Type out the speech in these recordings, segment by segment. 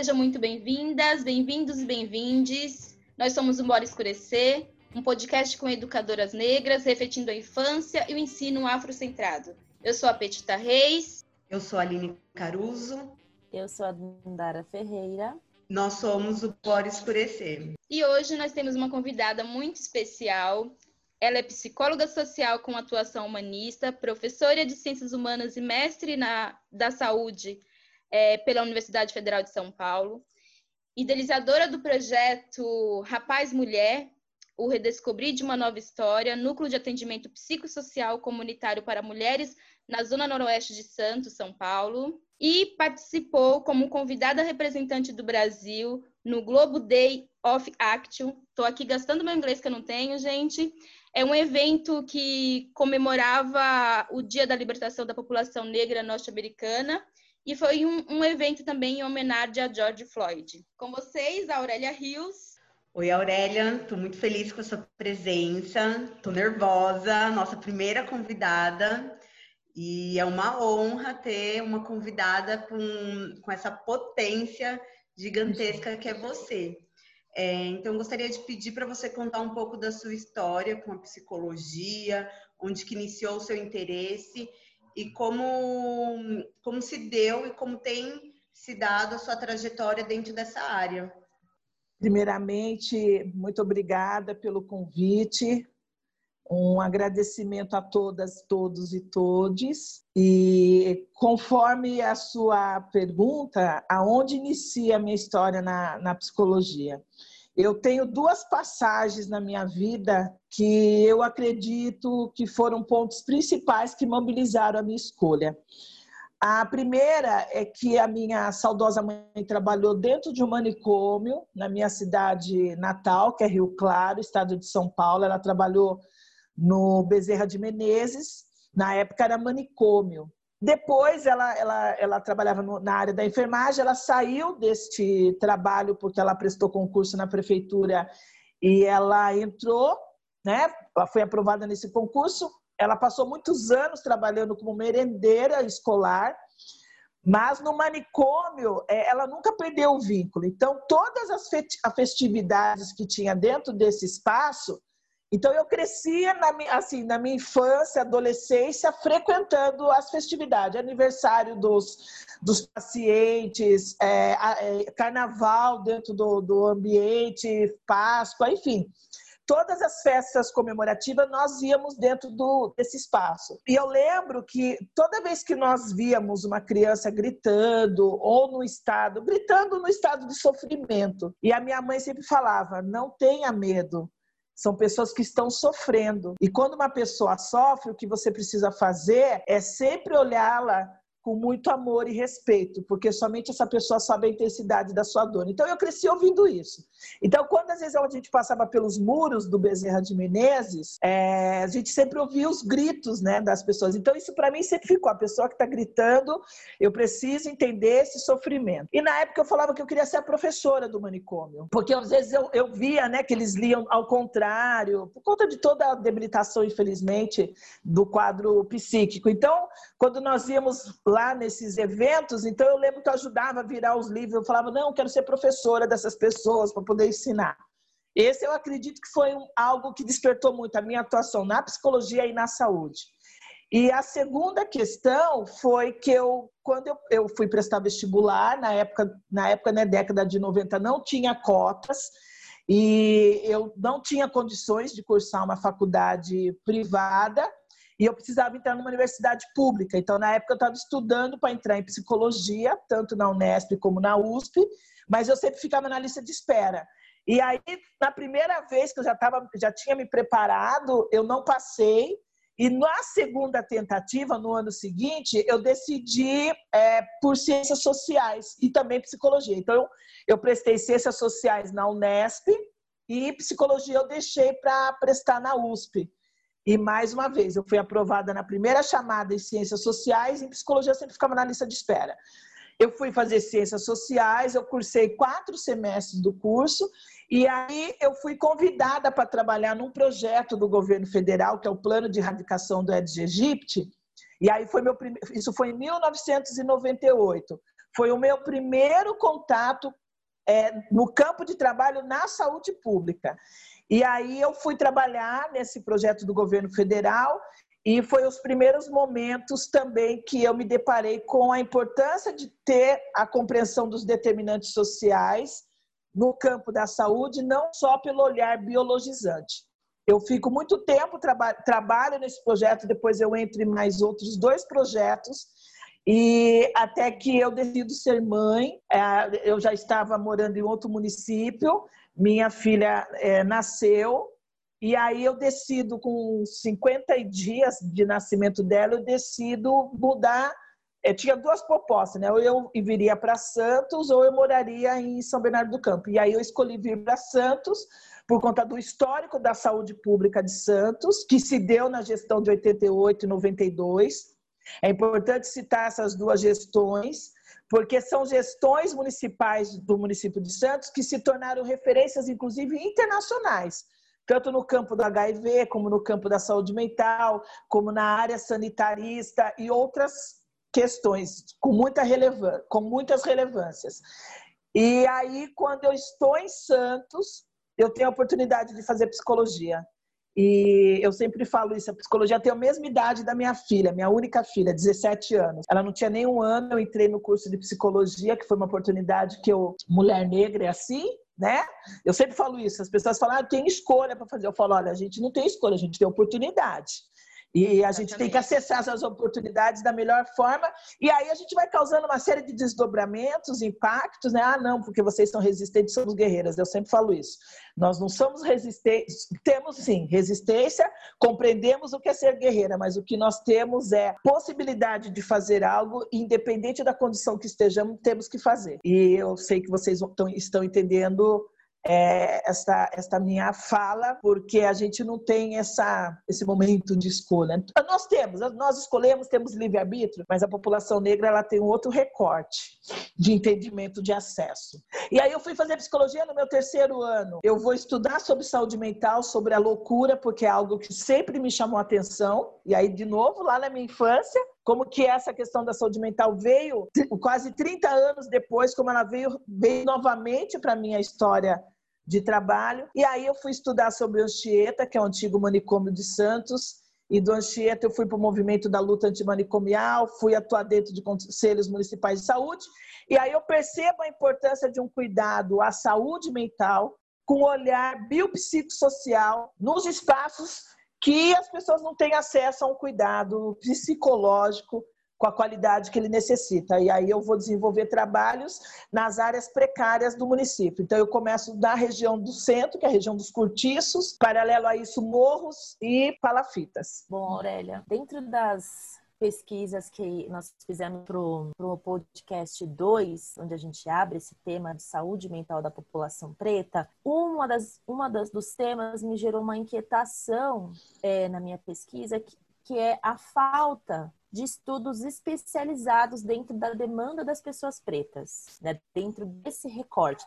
sejam muito bem-vindas, bem-vindos e bem-vindes. Nós somos o Bora Escurecer, um podcast com educadoras negras, refletindo a infância e o ensino afrocentrado. Eu sou a Petita Reis. Eu sou a Aline Caruso. Eu sou a Dandara Ferreira. Nós somos o Bora Escurecer. E hoje nós temos uma convidada muito especial. Ela é psicóloga social com atuação humanista, professora de Ciências Humanas e mestre da Saúde pela Universidade Federal de São Paulo, idealizadora do projeto Rapaz Mulher, o Redescobrir de uma Nova História, núcleo de atendimento psicossocial comunitário para mulheres na Zona Noroeste de Santos, São Paulo, e participou como convidada representante do Brasil no Global Day of Action. Estou aqui gastando meu inglês que eu não tenho, gente. É um evento que comemorava o Dia da Libertação da População Negra Norte-Americana e foi um evento também em homenagem a George Floyd. Com vocês, a Aurélia Rios. Oi, Aurélia, estou muito feliz com a sua presença, estou nervosa, nossa primeira convidada, e é uma honra ter uma convidada com essa potência gigantesca que é você. Então, eu gostaria de pedir para você contar um pouco da sua história com a psicologia, onde que iniciou o seu interesse e como se deu e como tem se dado a sua trajetória dentro dessa área. Primeiramente, muito obrigada pelo convite. Um agradecimento a todas, todos e todes. E conforme a sua pergunta, aonde inicia a minha história na psicologia? Eu tenho duas passagens na minha vida que eu acredito que foram pontos principais que mobilizaram a minha escolha. A primeira é que a minha saudosa mãe trabalhou dentro de um manicômio na minha cidade natal, que é Rio Claro, estado de São Paulo. Ela trabalhou no Bezerra de Menezes, na época era manicômio. Depois ela trabalhava na área da enfermagem, ela saiu deste trabalho porque ela prestou concurso na prefeitura e ela entrou, né? Ela foi aprovada nesse concurso. Ela passou muitos anos trabalhando como merendeira escolar, mas no manicômio ela nunca perdeu o vínculo. Então, todas as festividades que tinha dentro desse espaço, então eu crescia na minha infância, adolescência, frequentando as festividades, aniversário dos pacientes, carnaval dentro do ambiente, Páscoa, enfim. Todas as festas comemorativas nós íamos dentro desse espaço. E eu lembro que toda vez que nós víamos uma criança gritando gritando no estado de sofrimento, e a minha mãe sempre falava, não tenha medo, são pessoas que estão sofrendo. E quando uma pessoa sofre, o que você precisa fazer é sempre olhá-la com muito amor e respeito, porque somente essa pessoa sabe a intensidade da sua dor. Então, eu cresci ouvindo isso. Então, quando às vezes a gente passava pelos muros do Bezerra de Menezes, a gente sempre ouvia os gritos, né, das pessoas. Então, isso para mim sempre ficou. A pessoa que está gritando, eu preciso entender esse sofrimento. E na época eu falava que eu queria ser a professora do manicômio, porque às vezes eu via, né, que eles liam ao contrário, por conta de toda a debilitação, infelizmente, do quadro psíquico. Então, quando nós íamos lá nesses eventos, então eu lembro que eu ajudava a virar os livros, eu falava, não, eu quero ser professora dessas pessoas para poder ensinar. Esse eu acredito que foi algo que despertou muito a minha atuação na psicologia e na saúde. E a segunda questão foi que quando eu fui prestar vestibular, na época, né, década de 90, não tinha cotas, e eu não tinha condições de cursar uma faculdade privada, e eu precisava entrar numa universidade pública. Então, na época, eu estava estudando para entrar em psicologia, tanto na Unesp como na USP, mas eu sempre ficava na lista de espera. E aí, na primeira vez que eu já tinha me preparado, eu não passei. E na segunda tentativa, no ano seguinte, eu decidi por ciências sociais e também psicologia. Então, eu prestei ciências sociais na Unesp e psicologia eu deixei para prestar na USP. E, mais uma vez, eu fui aprovada na primeira chamada em Ciências Sociais e em Psicologia eu sempre ficava na lista de espera. Eu fui fazer Ciências Sociais, eu cursei 4 semestres do curso e aí eu fui convidada para trabalhar num projeto do governo federal, que é o Plano de Erradicação do Aedes aegypti. E aí isso foi em 1998. Foi o meu primeiro contato no campo de trabalho na saúde pública. E aí eu fui trabalhar nesse projeto do governo federal e foi os primeiros momentos também que eu me deparei com a importância de ter a compreensão dos determinantes sociais no campo da saúde, não só pelo olhar biologizante. Eu fico muito tempo, trabalho nesse projeto, depois eu entro em mais outros 2 projetos, e até que eu decido ser mãe. Eu já estava morando em outro município, minha filha nasceu, e aí eu decido, com 50 dias de nascimento dela, eu decido mudar. Tinha 2 propostas, né? Ou eu viria para Santos ou eu moraria em São Bernardo do Campo. E aí eu escolhi vir para Santos por conta do histórico da saúde pública de Santos, que se deu na gestão de 88 e 92. É importante citar essas 2 gestões, porque são gestões municipais do município de Santos que se tornaram referências, inclusive, internacionais, tanto no campo do HIV, como no campo da saúde mental, como na área sanitarista e outras questões com muitas relevâncias. E aí, quando eu estou em Santos, eu tenho a oportunidade de fazer psicologia. E eu sempre falo isso, a psicologia tem a mesma idade da minha filha, minha única filha, 17 anos. Ela não tinha nem 1 ano, eu entrei no curso de psicologia, que foi uma oportunidade que mulher negra é assim, né? Eu sempre falo isso, as pessoas falam, tem escolha para fazer. Eu falo, olha, a gente não tem escolha, a gente tem oportunidade. E a gente tem que acessar essas oportunidades da melhor forma, e aí a gente vai causando uma série de desdobramentos, impactos, né? Não, porque vocês são resistentes, somos guerreiras. Eu sempre falo isso. Nós não somos resistentes, temos sim resistência, compreendemos o que é ser guerreira, mas o que nós temos é possibilidade de fazer algo, independente da condição que estejamos, temos que fazer. E eu sei que vocês estão entendendo esta minha fala, porque a gente não tem esse momento de escolha. Nós escolhemos, temos livre-arbítrio, mas a população negra ela tem um outro recorte de entendimento de acesso. E aí eu fui fazer psicologia no meu 3º ano. Eu vou estudar sobre saúde mental, sobre a loucura, porque é algo que sempre me chamou a atenção. E aí, de novo, lá na minha infância, como que essa questão da saúde mental veio quase 30 anos depois, como ela veio novamente para a minha história de trabalho. E aí eu fui estudar sobre o Anchieta, que é o antigo manicômio de Santos, e do Anchieta eu fui para o movimento da luta antimanicomial, fui atuar dentro de conselhos municipais de saúde, e aí eu percebo a importância de um cuidado à saúde mental com olhar biopsicossocial nos espaços que as pessoas não têm acesso a um cuidado psicológico com a qualidade que ele necessita. E aí eu vou desenvolver trabalhos nas áreas precárias do município. Então eu começo da região do centro, que é a região dos cortiços, paralelo a isso morros e palafitas. Bom, Aurélia, dentro das pesquisas que nós fizemos para o podcast 2, onde a gente abre esse tema de saúde mental da população preta, dos temas me gerou uma inquietação na minha pesquisa, que é a falta de estudos especializados dentro da demanda das pessoas pretas, né? Dentro desse recorte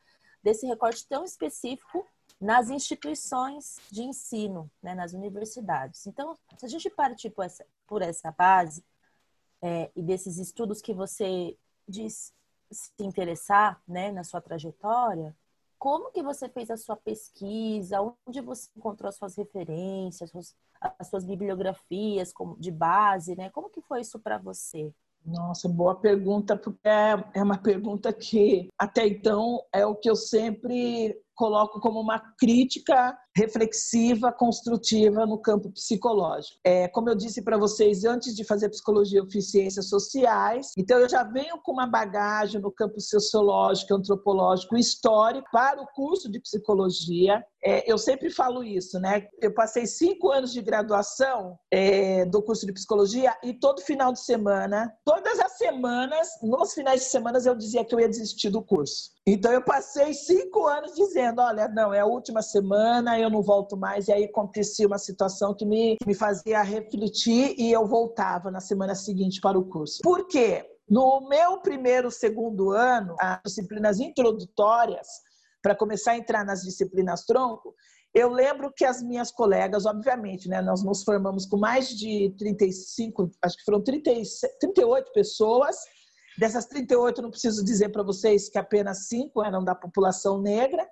tão específico nas instituições de ensino, né? Nas universidades. Então, se a gente partir por essa base e desses estudos que você diz se interessar, né, na sua trajetória, como que você fez a sua pesquisa? Onde você encontrou as suas referências, as suas bibliografias de base, né? Como que foi isso para você? Nossa, boa pergunta, porque é uma pergunta que até então é o que eu sempre coloco como uma crítica reflexiva, construtiva no campo psicológico. Como eu disse para vocês, antes de fazer psicologia, eu fiz ciências sociais, então eu já venho com uma bagagem no campo sociológico, antropológico, histórico para o curso de psicologia. Eu sempre falo isso, né? Eu passei 5 anos de graduação do curso de psicologia e todo final de semana, todas as semanas, nos finais de semana eu dizia que eu ia desistir do curso. Então eu passei 5 anos dizendo, olha, não, é a última semana, eu não volto mais. E aí acontecia uma situação que me fazia refletir e eu voltava na semana seguinte para o curso. Por quê? No meu 1º, 2º ano, as disciplinas introdutórias, para começar a entrar nas disciplinas tronco, eu lembro que as minhas colegas, obviamente, né, nós nos formamos com mais de 35, acho que foram 38 pessoas, Dessas 38, não preciso dizer para vocês que apenas 5 eram da população negra.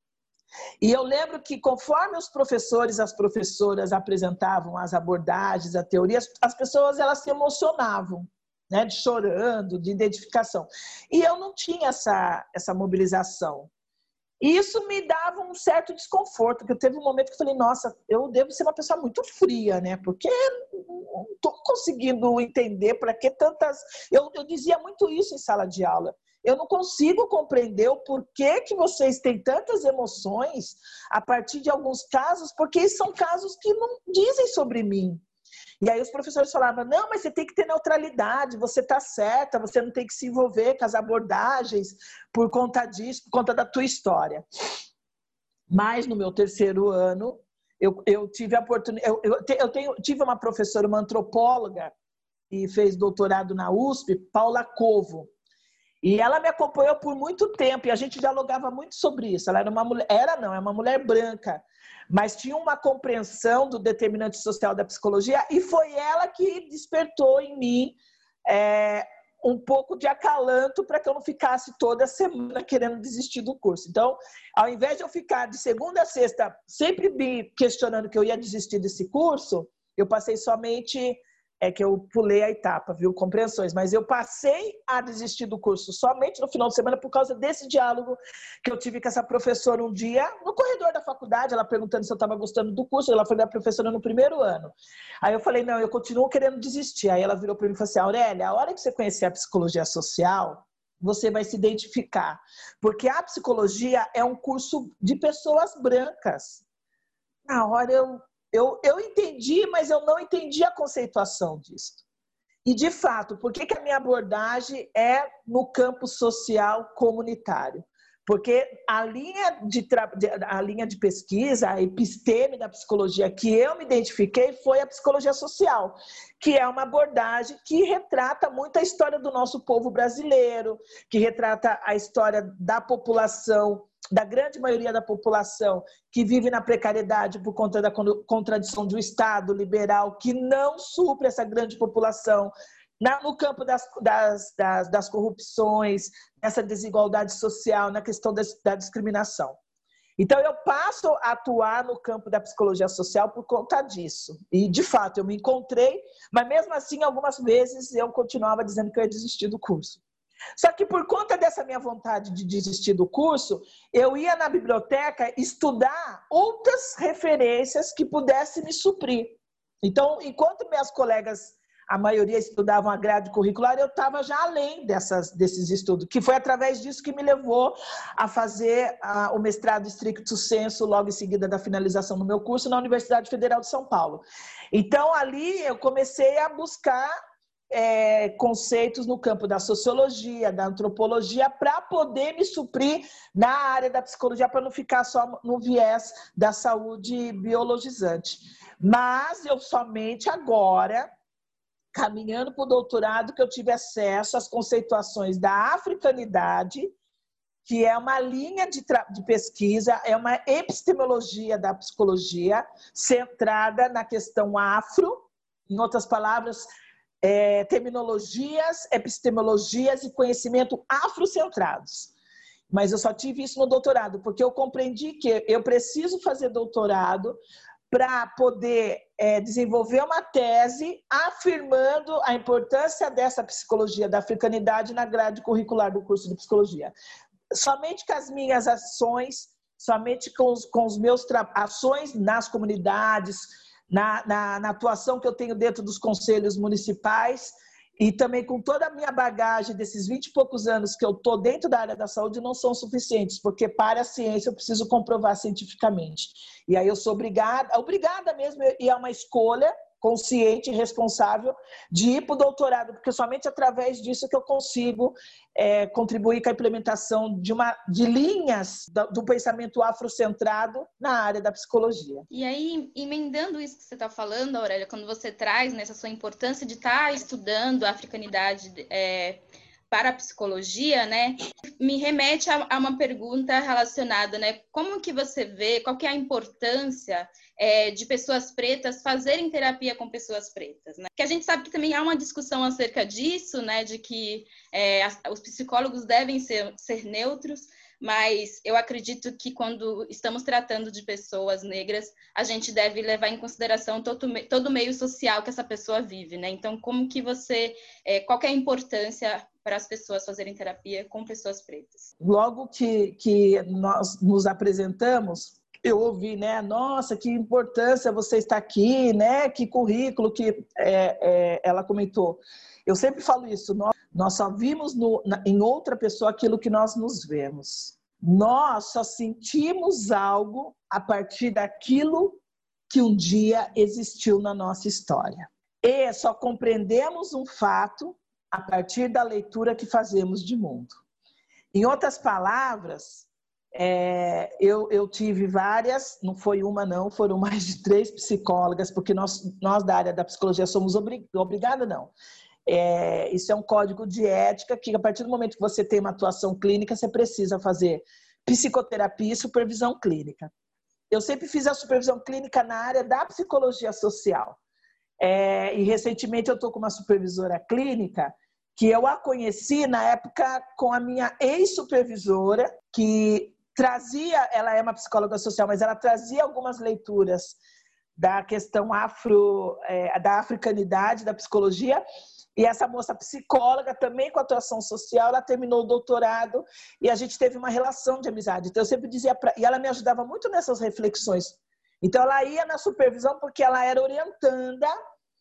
E eu lembro que conforme os professores, as professoras apresentavam as abordagens, a teoria, as pessoas elas se emocionavam, né, de chorando, de identificação. E eu não tinha essa mobilização. E isso me dava um certo desconforto, porque teve um momento que eu falei, nossa, eu devo ser uma pessoa muito fria, né? Porque não estou conseguindo entender para que tantas... Eu dizia muito isso em sala de aula. Eu não consigo compreender o porquê que vocês têm tantas emoções a partir de alguns casos, porque são casos que não dizem sobre mim. E aí os professores falavam, não, mas você tem que ter neutralidade, você está certa, você não tem que se envolver com as abordagens por conta disso, por conta da tua história. Mas no meu terceiro ano, eu tive a oportunidade, tive uma professora, uma antropóloga, que fez doutorado na USP, Paula Covo. E ela me acompanhou por muito tempo e a gente dialogava muito sobre isso. Ela era uma mulher, é uma mulher branca, mas tinha uma compreensão do determinante social da psicologia e foi ela que despertou em mim um pouco de acalanto para que eu não ficasse toda semana querendo desistir do curso. Então, ao invés de eu ficar de segunda a sexta sempre me questionando que eu ia desistir desse curso, eu passei somente... que eu pulei a etapa, viu? Compreensões. Mas eu passei a desistir do curso somente no final de semana por causa desse diálogo que eu tive com essa professora um dia, no corredor da faculdade, ela perguntando se eu estava gostando do curso, ela foi minha professora no primeiro ano. Aí eu falei, não, eu continuo querendo desistir. Aí ela virou para mim e falou assim, Aurélia, a hora que você conhecer a psicologia social, você vai se identificar. Porque a psicologia é um curso de pessoas brancas. Na hora eu entendi, mas eu não entendi a conceituação disso. E, de fato, por que a minha abordagem é no campo social comunitário? Porque a linha de pesquisa, a episteme da psicologia que eu me identifiquei foi a psicologia social, que é uma abordagem que retrata muito a história do nosso povo brasileiro, que retrata a história da população, da grande maioria da população que vive na precariedade por conta da contradição de um Estado liberal que não supre essa grande população, no campo das corrupções, nessa desigualdade social, na questão da discriminação. Então, eu passo a atuar no campo da psicologia social por conta disso. E, de fato, eu me encontrei, mas mesmo assim, algumas vezes eu continuava dizendo que eu ia desistir do curso. Só que por conta dessa minha vontade de desistir do curso, eu ia na biblioteca estudar outras referências que pudessem me suprir. Então, enquanto minhas colegas, a maioria estudavam a grade curricular, eu estava já além desses estudos, que foi através disso que me levou a fazer o mestrado stricto sensu, logo em seguida da finalização do meu curso, na Universidade Federal de São Paulo. Então, ali eu comecei a buscar conceitos no campo da sociologia, da antropologia, para poder me suprir na área da psicologia, para não ficar só no viés da saúde biologizante. Mas eu somente agora, caminhando para o doutorado, que eu tive acesso às conceituações da africanidade, que é uma linha de pesquisa, é uma epistemologia da psicologia centrada na questão afro, em outras palavras, terminologias, epistemologias e conhecimento afrocentrados. Mas eu só tive isso no doutorado, porque eu compreendi que eu preciso fazer doutorado para poder desenvolver uma tese afirmando a importância dessa psicologia da africanidade na grade curricular do curso de psicologia. Somente com as minhas ações, somente com os meus ações nas comunidades, na atuação que eu tenho dentro dos conselhos municipais e também com toda a minha bagagem desses 20 e poucos anos que eu estou dentro da área da saúde não são suficientes, porque para a ciência eu preciso comprovar cientificamente. E aí eu sou obrigada mesmo, e é uma escolha consciente e responsável de ir para o doutorado, porque somente através disso que eu consigo contribuir com a implementação de linhas do pensamento afrocentrado na área da psicologia. E aí, emendando isso que você está falando, Aurélia, quando você traz nessa sua importância de estar estudando a africanidade para a psicologia, né, me remete a uma pergunta relacionada, né, como que você vê, qual que é a importância de pessoas pretas fazerem terapia com pessoas pretas, né? Que a gente sabe que também há uma discussão acerca disso, né, de que os psicólogos devem ser neutros, mas eu acredito que quando estamos tratando de pessoas negras, a gente deve levar em consideração todo o meio social que essa pessoa vive, né? Então, como que qual que é a importância para as pessoas fazerem terapia com pessoas pretas? Logo que nós nos apresentamos, eu ouvi, né? Nossa, que importância você estar aqui, né? Que currículo que ela comentou. Eu sempre falo isso, nós só vimos em outra pessoa aquilo que nós nos vemos. Nós só sentimos algo a partir daquilo que um dia existiu na nossa história. E só compreendemos um fato a partir da leitura que fazemos de mundo. Em outras palavras, eu tive várias, não foi uma não, foram mais de 3 psicólogas, porque nós da área da psicologia somos obrigadas, não. Isso é um código de ética que, a partir do momento que você tem uma atuação clínica, você precisa fazer psicoterapia e supervisão clínica. Eu sempre fiz a supervisão clínica na área da psicologia social. E recentemente eu estou com uma supervisora clínica que eu a conheci na época com a minha ex-supervisora, que trazia, ela é uma psicóloga social, mas ela trazia algumas leituras da questão da africanidade, da psicologia. E essa moça psicóloga, também com atuação social, ela terminou o doutorado e a gente teve uma relação de amizade. Então eu sempre dizia, e ela me ajudava muito nessas reflexões. Então ela ia na supervisão porque ela era orientanda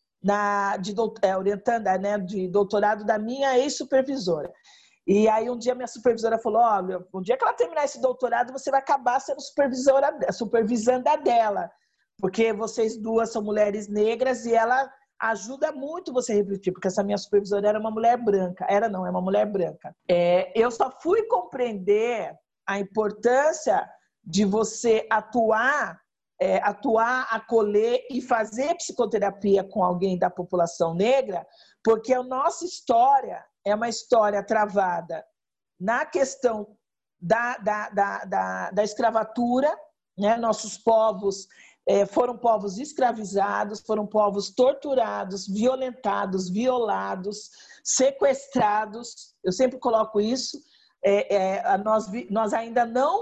de doutorado da minha ex-supervisora. E aí um dia minha supervisora falou, olha, um dia que ela terminar esse doutorado, você vai acabar sendo supervisanda dela, porque vocês duas são mulheres negras e ela ajuda muito você a refletir, porque essa minha supervisora era uma mulher branca. É uma mulher branca. Eu só fui compreender a importância de você atuar, acolher e fazer psicoterapia com alguém da população negra, porque a nossa história é uma história travada na questão da escravatura, né? Nossos povos foram povos escravizados, foram povos torturados, violentados, violados, sequestrados. Eu sempre coloco isso. Nós ainda não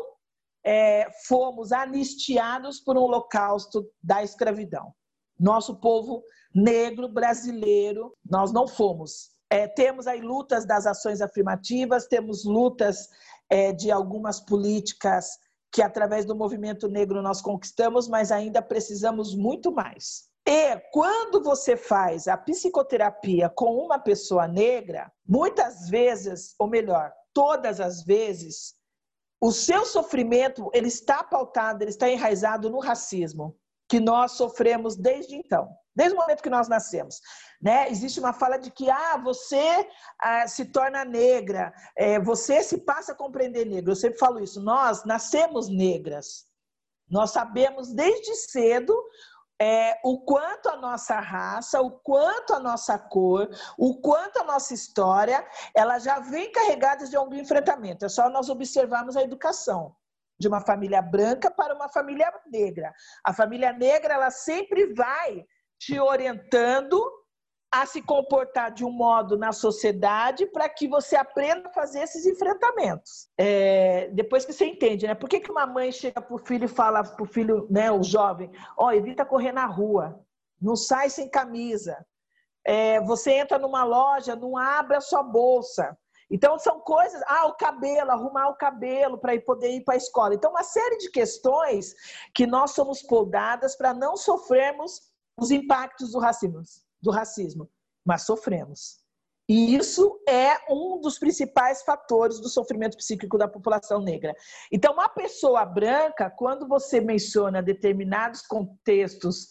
fomos anistiados por um holocausto da escravidão. Nosso povo negro brasileiro, nós não fomos. Temos aí lutas das ações afirmativas, temos lutas de algumas políticas que através do movimento negro nós conquistamos, mas ainda precisamos muito mais. E quando você faz a psicoterapia com uma pessoa negra, muitas vezes, ou melhor, todas as vezes, o seu sofrimento ele está pautado, ele está enraizado no racismo, que nós sofremos desde então. Desde o momento que nós nascemos, né? Existe uma fala de que você se torna negra, você se passa a compreender negro. Eu sempre falo isso, nós nascemos negras. Nós sabemos desde cedo o quanto a nossa raça, o quanto a nossa cor, o quanto a nossa história, ela já vem carregada de algum enfrentamento. É só nós observarmos a educação de uma família branca para uma família negra. A família negra, ela sempre vai te orientando a se comportar de um modo na sociedade para que você aprenda a fazer esses enfrentamentos. Depois que você entende, né? Por que uma mãe chega para o filho e fala para o filho, né, o jovem, evita correr na rua, não sai sem camisa, você entra numa loja, não abre a sua bolsa. Então, são coisas... o cabelo, arrumar o cabelo para poder ir para a escola. Então, uma série de questões que nós somos podadas para não sofrermos os impactos do racismo, mas sofremos. E isso é um dos principais fatores do sofrimento psíquico da população negra. Então, uma pessoa branca, quando você menciona determinados contextos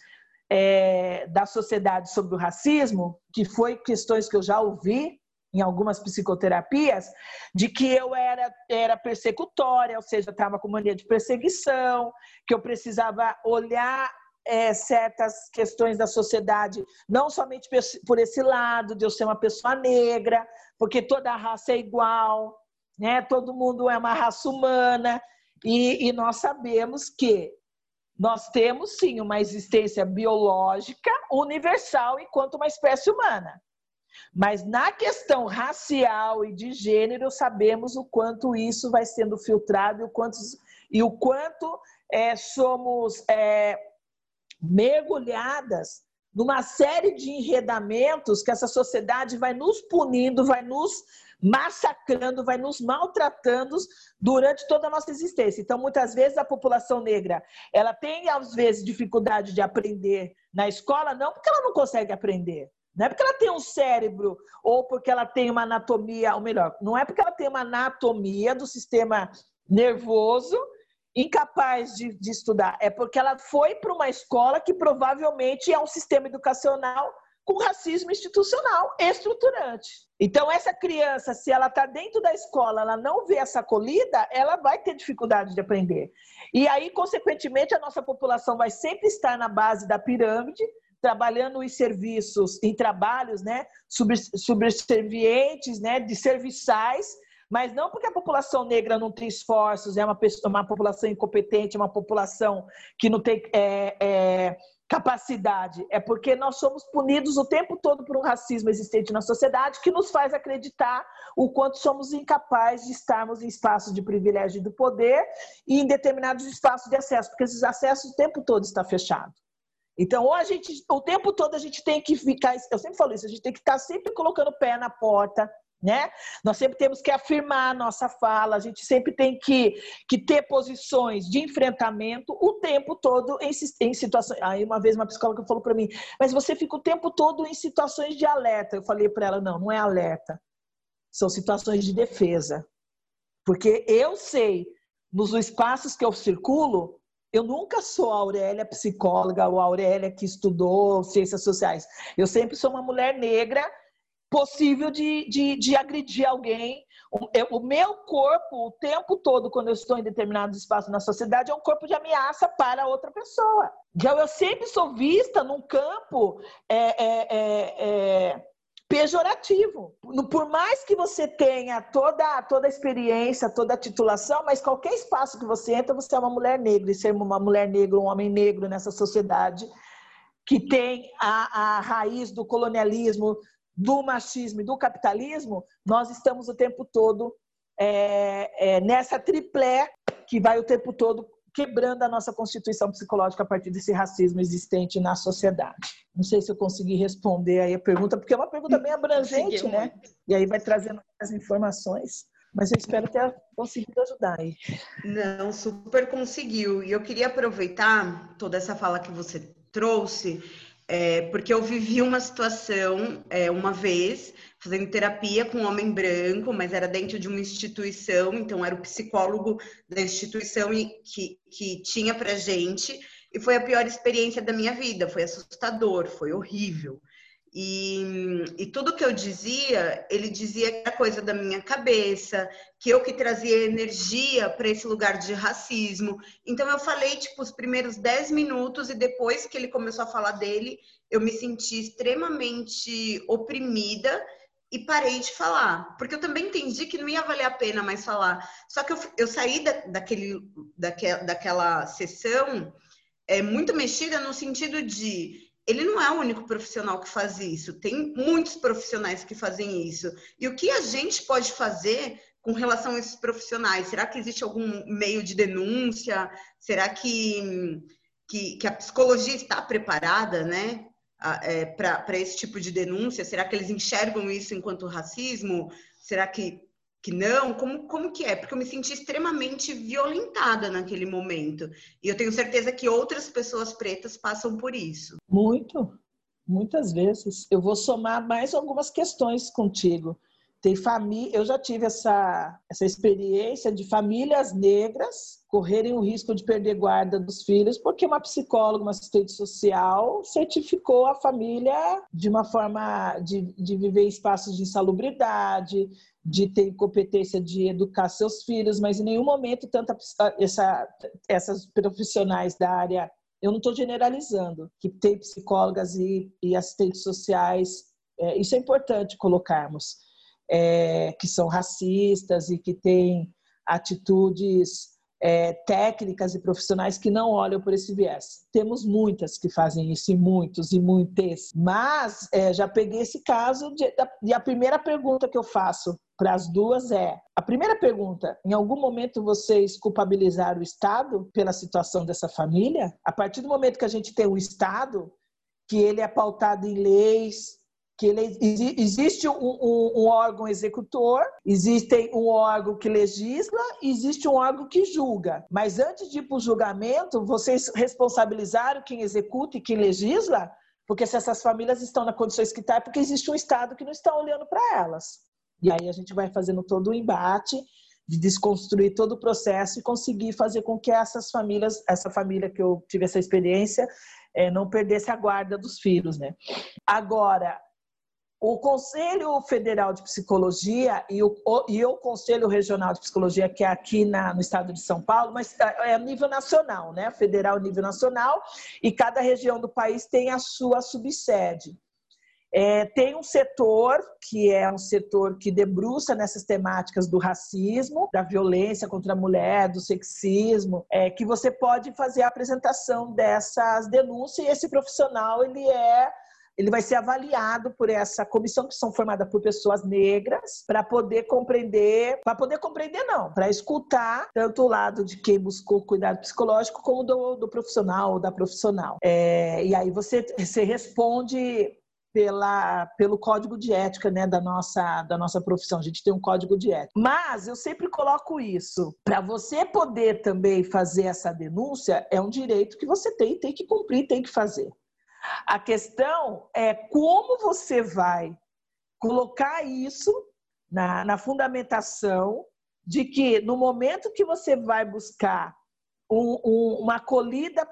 da sociedade sobre o racismo, que foi questões que eu já ouvi em algumas psicoterapias, de que eu era persecutória, ou seja, estava com mania de perseguição, que eu precisava olhar certas questões da sociedade, não somente por esse lado de eu ser uma pessoa negra, porque toda raça é igual, né? Todo mundo é uma raça humana, e nós sabemos que nós temos, sim, uma existência biológica universal enquanto uma espécie humana. Mas na questão racial e de gênero, sabemos o quanto isso vai sendo filtrado e o quanto somos mergulhadas numa série de enredamentos que essa sociedade vai nos punindo, vai nos massacrando, vai nos maltratando durante toda a nossa existência. Então, muitas vezes, a população negra, ela tem, às vezes, dificuldade de aprender na escola, não porque ela não consegue aprender, não é porque ela tem um cérebro ou porque ela tem uma anatomia, ou melhor, não é porque ela tem uma anatomia do sistema nervoso incapaz de estudar, é porque ela foi para uma escola que provavelmente é um sistema educacional com racismo institucional estruturante. Então, essa criança, se ela está dentro da escola, ela não vê essa acolhida, ela vai ter dificuldade de aprender. E aí, consequentemente, a nossa população vai sempre estar na base da pirâmide, trabalhando em serviços, em trabalhos, né, subservientes, né, de serviçais, mas não porque a população negra não tem esforços, é uma população incompetente, uma população que não tem capacidade, é porque nós somos punidos o tempo todo por um racismo existente na sociedade que nos faz acreditar o quanto somos incapazes de estarmos em espaços de privilégio e do poder e em determinados espaços de acesso, porque esses acessos o tempo todo está fechado. Então, o tempo todo a gente tem que ficar, eu sempre falo isso, a gente tem que estar sempre colocando o pé na porta, né? Nós sempre temos que afirmar a nossa fala, a gente sempre tem que ter posições de enfrentamento o tempo todo em situações. Aí uma vez uma psicóloga falou para mim, mas você fica o tempo todo em situações de alerta. Eu falei para ela, não é alerta, são situações de defesa. Porque eu sei, nos espaços que eu circulo, eu nunca sou a Aurélia psicóloga ou a Aurélia que estudou ciências sociais. Eu sempre sou uma mulher negra possível de agredir alguém. O meu corpo, o tempo todo, quando eu estou em determinados espaços na sociedade, é um corpo de ameaça para outra pessoa. Então, eu sempre sou vista num campo pejorativo. Por mais que você tenha toda a experiência, toda a titulação, mas qualquer espaço que você entra, você é uma mulher negra. E ser uma mulher negra, um homem negro nessa sociedade que tem a raiz do colonialismo, do machismo e do capitalismo, nós estamos o tempo todo nessa triplé que vai o tempo todo quebrando a nossa constituição psicológica a partir desse racismo existente na sociedade. Não sei se eu consegui responder aí a pergunta, porque é uma pergunta bem abrangente, né? E aí vai trazendo as informações, mas eu espero ter conseguido ajudar aí. Não, super conseguiu. E eu queria aproveitar toda essa fala que você trouxe, porque eu vivi uma situação uma vez, fazendo terapia com um homem branco, mas era dentro de uma instituição, então era o psicólogo da instituição que tinha pra gente, e foi a pior experiência da minha vida, foi assustador, foi horrível. E tudo que eu dizia, ele dizia que era coisa da minha cabeça, que eu que trazia energia para esse lugar de racismo. Então eu falei, tipo, os primeiros 10 minutos e depois que ele começou a falar dele, eu me senti extremamente oprimida e parei de falar. Porque eu também entendi que não ia valer a pena mais falar. Só que eu saí daquela sessão muito mexida no sentido de... Ele não é o único profissional que faz isso. Tem muitos profissionais que fazem isso. E o que a gente pode fazer com relação a esses profissionais? Será que existe algum meio de denúncia? Será que a psicologia está preparada, né, para esse tipo de denúncia? Será que eles enxergam isso enquanto racismo? Será que não? Como que é? Porque eu me senti extremamente violentada naquele momento. E eu tenho certeza que outras pessoas pretas passam por isso. Muitas vezes. Eu vou somar mais algumas questões contigo. Eu já tive essa experiência de famílias negras correrem o risco de perder guarda dos filhos porque uma psicóloga, uma assistente social certificou a família de uma forma de viver em espaços de insalubridade, de ter competência de educar seus filhos, mas em nenhum momento essas profissionais da área eu não estou generalizando, que tem psicólogas e assistentes sociais, isso é importante colocarmos, que são racistas e que têm atitudes técnicas e profissionais que não olham por esse viés. Temos muitas que fazem isso, e muitos e muitas. Mas já peguei esse caso e a primeira pergunta que eu faço para as duas a primeira pergunta: em algum momento vocês culpabilizaram o Estado pela situação dessa família? A partir do momento que a gente tem o Estado, que ele é pautado em leis, que existe um órgão executor, existe um órgão que legisla, existe um órgão que julga. Mas antes de ir para o julgamento, vocês responsabilizaram quem executa e quem legisla? Porque se essas famílias estão nas condições que estão, é porque existe um Estado que não está olhando para elas. E aí a gente vai fazendo todo o embate de desconstruir todo o processo e conseguir fazer com que essas famílias, essa família que eu tive essa experiência, não perdesse a guarda dos filhos, né? Agora, o Conselho Federal de Psicologia e o Conselho Regional de Psicologia, que é aqui no estado de São Paulo, mas é a nível nacional, né? Federal, nível nacional, e cada região do país tem a sua subsede. Tem um setor que é um setor que debruça nessas temáticas do racismo, da violência contra a mulher, do sexismo, que você pode fazer a apresentação dessas denúncias, e esse profissional ele vai ser avaliado por essa comissão, que são formadas por pessoas negras, para poder compreender não, para escutar tanto o lado de quem buscou cuidado psicológico como do profissional ou da profissional. E aí você responde pelo código de ética, né, da nossa profissão. A gente tem um código de ética. Mas eu sempre coloco isso. Para você poder também fazer essa denúncia, é um direito que você tem que cumprir, tem que fazer. A questão é como você vai colocar isso na fundamentação de que no momento que você vai buscar uma acolhida,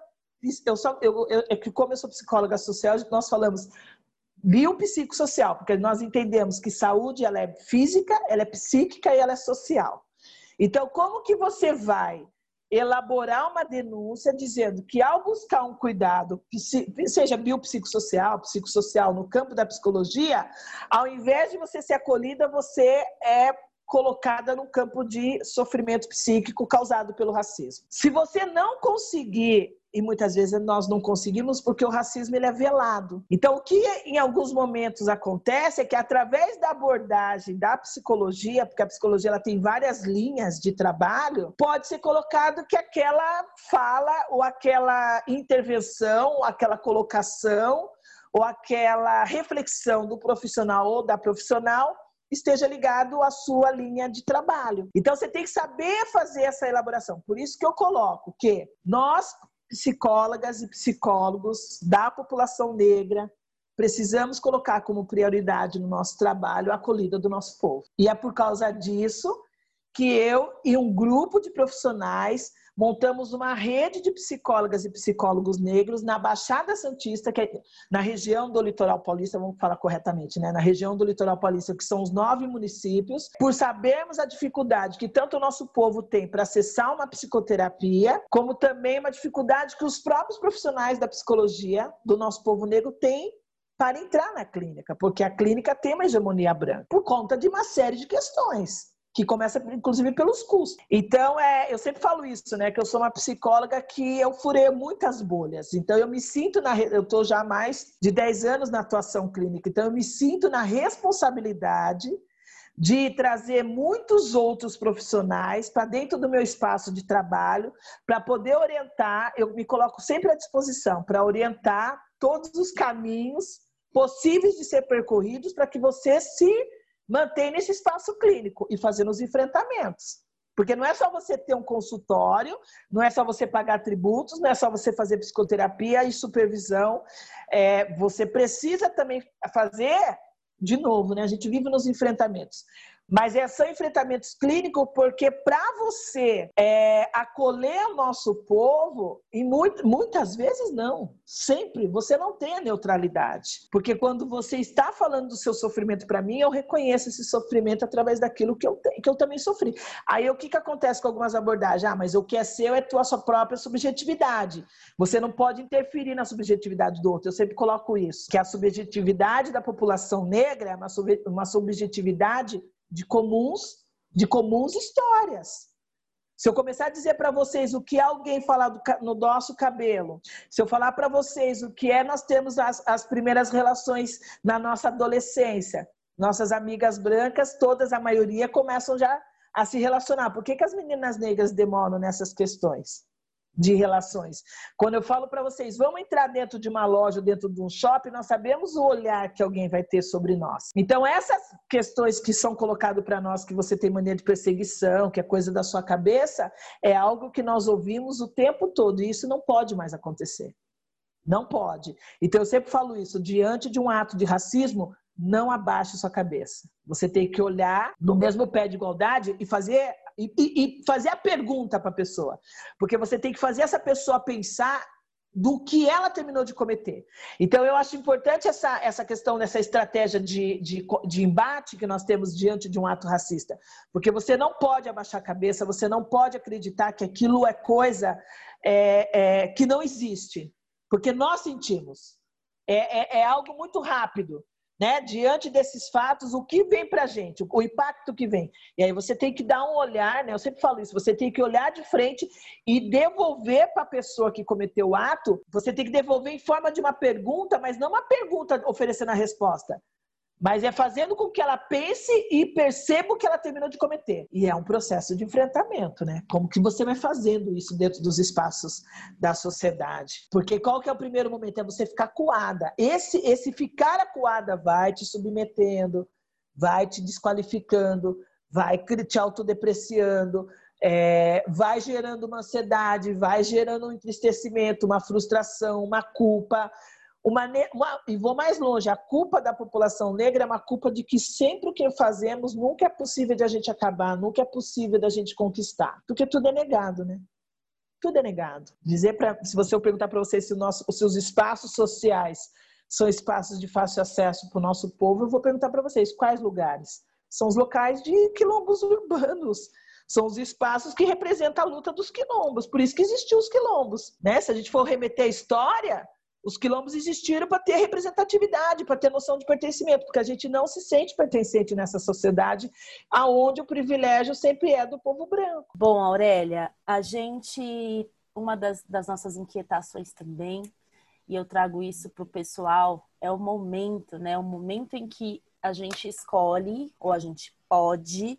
como eu sou psicóloga social, nós falamos biopsicossocial, porque nós entendemos que saúde ela é física, ela é psíquica e ela é social. Então, como que você vai elaborar uma denúncia dizendo que ao buscar um cuidado, seja biopsicossocial, psicossocial no campo da psicologia, ao invés de você ser acolhida, você é colocada no campo de sofrimento psíquico causado pelo racismo. Se você não conseguir, e muitas vezes nós não conseguimos porque o racismo ele é velado. Então, o que em alguns momentos acontece é que através da abordagem da psicologia, porque a psicologia ela tem várias linhas de trabalho, pode ser colocado que aquela fala ou aquela intervenção, ou aquela colocação ou aquela reflexão do profissional ou da profissional esteja ligado à sua linha de trabalho. Então, você tem que saber fazer essa elaboração. Por isso que eu coloco que nós, psicólogas e psicólogos da população negra, precisamos colocar como prioridade no nosso trabalho a acolhida do nosso povo. E é por causa disso que eu e um grupo de profissionais montamos uma rede de psicólogas e psicólogos negros na Baixada Santista, que é na região do Litoral Paulista, vamos falar corretamente, né? Na região do Litoral Paulista, que são os 9 municípios, por sabermos a dificuldade que tanto o nosso povo tem para acessar uma psicoterapia, como também uma dificuldade que os próprios profissionais da psicologia do nosso povo negro têm para entrar na clínica, porque a clínica tem uma hegemonia branca, por conta de uma série de questões, que começa, inclusive, pelos custos. Então, eu sempre falo isso, né? Que eu sou uma psicóloga que eu furei muitas bolhas. Então, eu me sinto eu estou já há mais de 10 anos na atuação clínica, então eu me sinto na responsabilidade de trazer muitos outros profissionais para dentro do meu espaço de trabalho, para poder orientar, eu me coloco sempre à disposição para orientar todos os caminhos possíveis de ser percorridos para que você se mantenha nesse espaço clínico e fazendo os enfrentamentos. Porque não é só você ter um consultório, não é só você pagar tributos, não é só você fazer psicoterapia e supervisão. Você precisa também fazer, de novo, né? A gente vive nos enfrentamentos. Mas são enfrentamentos clínicos porque para você acolher o nosso povo, e muitas vezes não, sempre, você não tem a neutralidade. Porque quando você está falando do seu sofrimento para mim, eu reconheço esse sofrimento através daquilo que eu também sofri. Aí o que acontece com algumas abordagens? Mas o que é seu é a sua própria subjetividade. Você não pode interferir na subjetividade do outro. Eu sempre coloco isso, que a subjetividade da população negra é uma subjetividade de comuns histórias. Se eu começar a dizer para vocês o que é alguém falar no nosso cabelo, se eu falar para vocês o que é nós temos as primeiras relações na nossa adolescência, nossas amigas brancas, todas, a maioria, começam já a se relacionar. Por que as meninas negras demoram nessas questões de relações? Quando eu falo para vocês, vamos entrar dentro de uma loja, dentro de um shopping, nós sabemos o olhar que alguém vai ter sobre nós. Então, essas questões que são colocadas para nós, que você tem mania de perseguição, que é coisa da sua cabeça, é algo que nós ouvimos o tempo todo, e isso não pode mais acontecer. Não pode. Então, eu sempre falo isso, diante de um ato de racismo, não abaixe sua cabeça. Você tem que olhar no mesmo pé de igualdade e fazer a pergunta para a pessoa. Porque você tem que fazer essa pessoa pensar do que ela terminou de cometer. Então, eu acho importante essa questão dessa estratégia de embate que nós temos diante de um ato racista. Porque você não pode abaixar a cabeça, você não pode acreditar que aquilo é coisa que não existe. Porque nós sentimos. É algo muito rápido. Né? Diante desses fatos, o que vem para a gente, o impacto que vem. E aí você tem que dar um olhar, né? Eu sempre falo isso, você tem que olhar de frente e devolver para a pessoa que cometeu o ato, você tem que devolver em forma de uma pergunta, mas não uma pergunta oferecendo a resposta, mas é fazendo com que ela pense e perceba o que ela terminou de cometer. E é um processo de enfrentamento, né? Como que você vai fazendo isso dentro dos espaços da sociedade? Porque qual que é o primeiro momento? É você ficar acuada. Esse ficar acuada vai te submetendo, vai te desqualificando, vai te autodepreciando, vai gerando uma ansiedade, vai gerando um entristecimento, uma frustração, uma culpa. E vou mais longe, a culpa da população negra é uma culpa de que sempre o que fazemos nunca é possível de a gente acabar, nunca é possível da gente conquistar, porque tudo é negado, né? Tudo é negado. Se eu perguntar para vocês se os seus espaços sociais são espaços de fácil acesso para o nosso povo, eu vou perguntar para vocês quais lugares. São os locais de quilombos urbanos. São os espaços que representam a luta dos quilombos. Por isso que existiam os quilombos, né? Se a gente for remeter a história, os quilombos existiram para ter representatividade, para ter noção de pertencimento, porque a gente não se sente pertencente nessa sociedade onde o privilégio sempre é do povo branco. Bom, Aurélia, uma das nossas inquietações também, e eu trago isso para o pessoal, é o momento, né? O momento em que a gente escolhe, ou a gente pode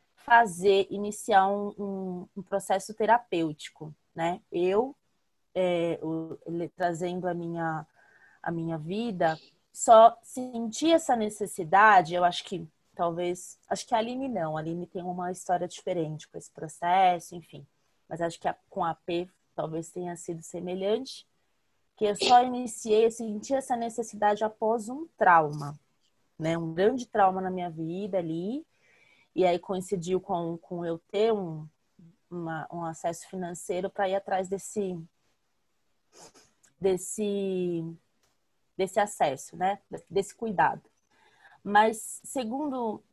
iniciar um processo terapêutico, né? Trazendo a minha vida, só senti essa necessidade, eu acho que a Aline não, a Aline tem uma história diferente com esse processo, enfim, mas acho que com a P talvez tenha sido semelhante, que eu só senti essa necessidade após um trauma, né, um grande trauma na minha vida ali, e aí coincidiu com eu ter um acesso financeiro para ir atrás desse acesso, né? Desse cuidado. Mas, segundo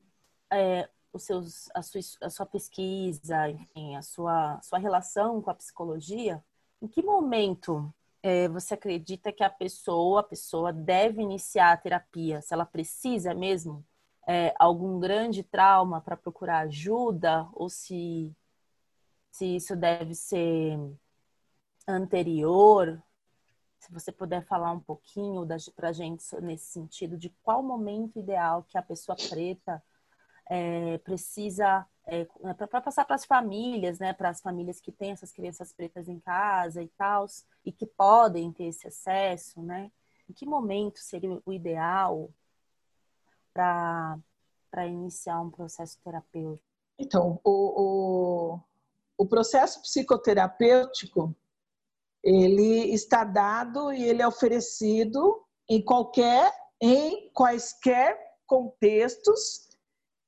a sua pesquisa, enfim, a sua relação com a psicologia, em que momento você acredita que a pessoa deve iniciar a terapia? Se ela precisa mesmo algum grande trauma para procurar ajuda, ou se isso deve ser anterior? Se você puder falar um pouquinho para a gente nesse sentido de qual momento ideal que a pessoa preta precisa para passar para as famílias, né, para as famílias que têm essas crianças pretas em casa e tal, e que podem ter esse acesso, né? Em que momento seria o ideal para iniciar um processo terapêutico? Então, o processo psicoterapêutico, ele está dado e ele é oferecido em quaisquer contextos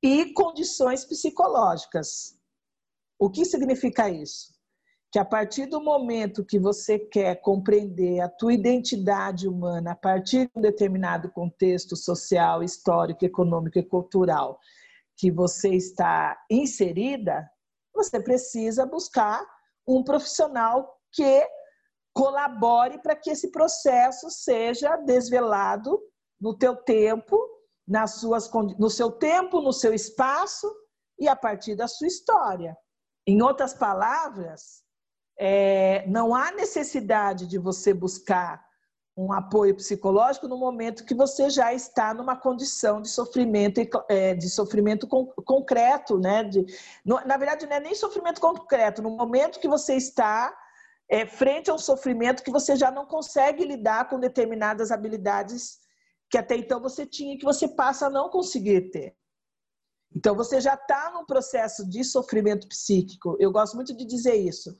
e condições psicológicas. O que significa isso? Que a partir do momento que você quer compreender a tua identidade humana a partir de um determinado contexto social, histórico, econômico e cultural que você está inserida, você precisa buscar um profissional que colabore para que esse processo seja desvelado no teu tempo, no seu tempo, no seu espaço e a partir da sua história. Em outras palavras, não há necessidade de você buscar um apoio psicológico no momento que você já está numa condição de sofrimento, concreto, né? Na verdade, não é nem sofrimento concreto, no momento que você está frente a um sofrimento que você já não consegue lidar com determinadas habilidades que até então você tinha e que você passa a não conseguir ter. Então, você já está num processo de sofrimento psíquico. Eu gosto muito de dizer isso.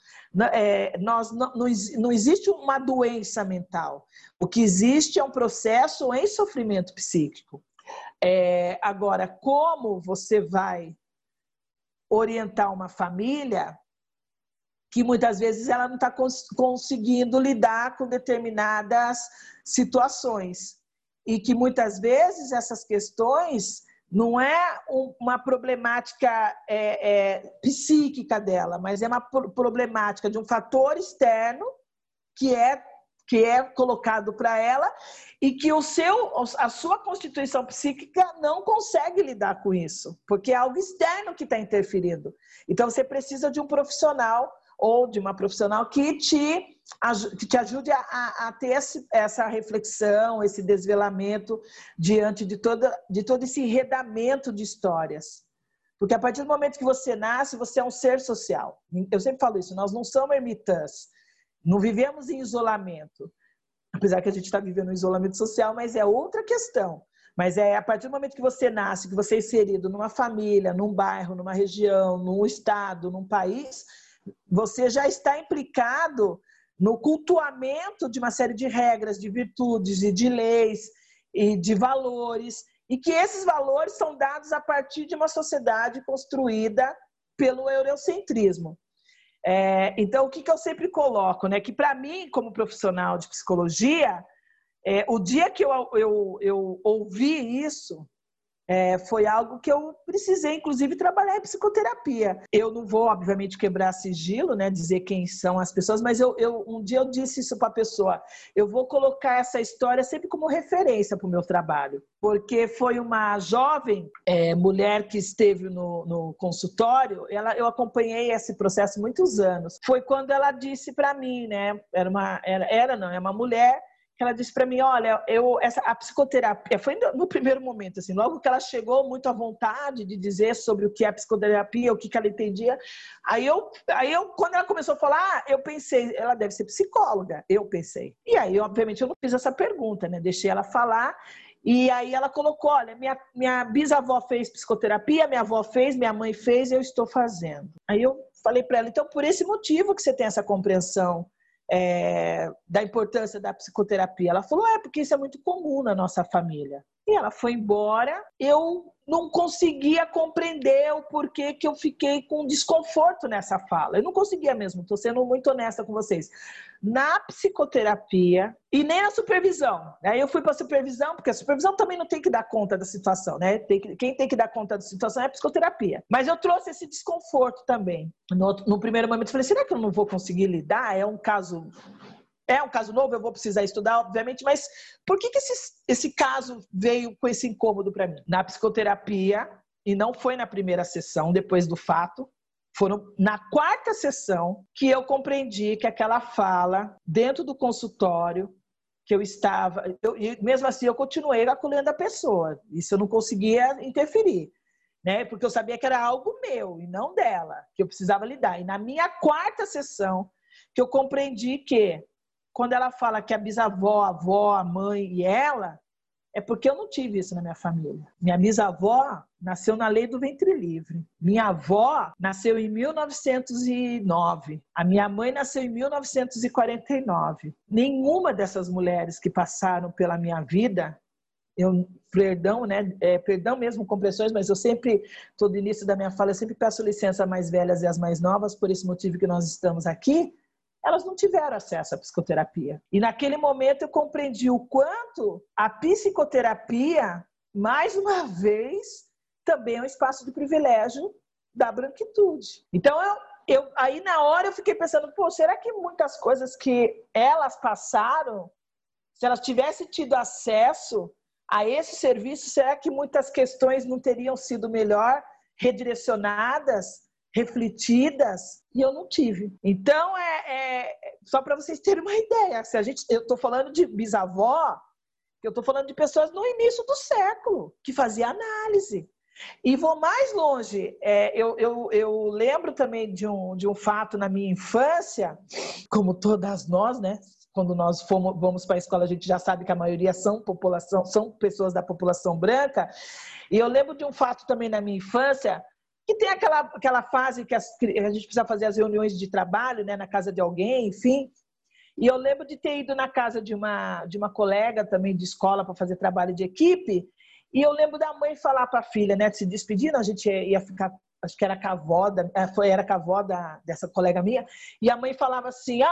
Não existe uma doença mental. O que existe é um processo em sofrimento psíquico. Agora, como você vai orientar uma família que muitas vezes ela não está conseguindo lidar com determinadas situações e que muitas vezes essas questões não é uma problemática psíquica dela, mas é uma problemática de um fator externo que é colocado para ela e que a sua constituição psíquica não consegue lidar com isso, porque é algo externo que está interferindo. Então, você precisa de um profissional ou de uma profissional que te ajude a ter essa reflexão, esse desvelamento diante de todo esse enredamento de histórias. Porque a partir do momento que você nasce, você é um ser social. Eu sempre falo isso, nós não somos ermitãs, não vivemos em isolamento. Apesar que a gente está vivendo um isolamento social, mas é outra questão. Mas a partir do momento que você nasce, que você é inserido numa família, num bairro, numa região, num estado, num país, você já está implicado no cultuamento de uma série de regras, de virtudes e de leis e de valores, e que esses valores são dados a partir de uma sociedade construída pelo eurocentrismo. Então, o que eu sempre coloco, né? Que para mim, como profissional de psicologia, o dia que eu ouvi isso, foi algo que eu precisei, inclusive, trabalhar em psicoterapia. Eu não vou, obviamente, quebrar sigilo, né, dizer quem são as pessoas, mas um dia eu disse isso para a pessoa. Eu vou colocar essa história sempre como referência para o meu trabalho, porque foi uma jovem mulher que esteve no consultório, eu acompanhei esse processo muitos anos. Foi quando ela disse para mim, né, é uma mulher, ela disse para mim, olha, a psicoterapia, foi no primeiro momento, assim, logo que ela chegou muito à vontade de dizer sobre o que é a psicoterapia, o que ela entendia, aí eu, quando ela começou a falar, eu pensei, ela deve ser psicóloga, eu pensei. E aí, obviamente, eu não fiz essa pergunta, né, deixei ela falar, e aí ela colocou, olha, minha bisavó fez psicoterapia, minha avó fez, minha mãe fez, eu estou fazendo. Aí eu falei para ela, então, por esse motivo que você tem essa compreensão da importância da psicoterapia. Ela falou, porque isso é muito comum na nossa família. E ela foi embora, eu não conseguia compreender o porquê que eu fiquei com desconforto nessa fala. Eu não conseguia mesmo, estou sendo muito honesta com vocês. Na psicoterapia e nem na supervisão. Aí eu fui para a supervisão, porque a supervisão também não tem que dar conta da situação, né? Quem tem que dar conta da situação é a psicoterapia. Mas eu trouxe esse desconforto também. No primeiro momento eu falei, será que eu não vou conseguir lidar? É um caso novo, eu vou precisar estudar, obviamente, mas por que esse caso veio com esse incômodo para mim? Na psicoterapia, e não foi na primeira sessão, depois do fato, foram na quarta sessão que eu compreendi que aquela fala, dentro do consultório, que eu estava... E mesmo assim, eu continuei acolhendo a pessoa. Isso eu não conseguia interferir, né? Porque eu sabia que era algo meu e não dela, que eu precisava lidar. E na minha quarta sessão, que eu compreendi que quando ela fala que a bisavó, a avó, a mãe e ela, é porque eu não tive isso na minha família. Minha bisavó nasceu na lei do ventre livre. Minha avó nasceu em 1909. A minha mãe nasceu em 1949. Nenhuma dessas mulheres que passaram pela minha vida perdão, né? Perdão mesmo, compressões, mas eu sempre, todo início da minha fala, eu sempre peço licença às mais velhas e às mais novas, por esse motivo que nós estamos aqui. Elas não tiveram acesso à psicoterapia. E naquele momento eu compreendi o quanto a psicoterapia, mais uma vez, também é um espaço de privilégio da branquitude. Então, aí na hora eu fiquei pensando, pô, será que muitas coisas que elas passaram, se elas tivessem tido acesso a esse serviço, será que muitas questões não teriam sido melhor redirecionadas, refletidas? E eu não tive. Então, só para vocês terem uma ideia, eu estou falando de bisavó, eu estou falando de pessoas no início do século, que fazia análise. E vou mais longe, eu lembro também de um fato na minha infância, como todas nós, né? Quando nós vamos para a escola, a gente já sabe que a maioria são pessoas da população branca. E eu lembro de um fato também na minha infância, que tem aquela fase que a gente precisa fazer as reuniões de trabalho, né, na casa de alguém, enfim. E eu lembro de ter ido na casa de uma colega também de escola para fazer trabalho de equipe. E eu lembro da mãe falar para a filha, né, se despedindo, a gente ia ficar, acho que era com a avó, era com a avó dessa colega minha, e a mãe falava assim,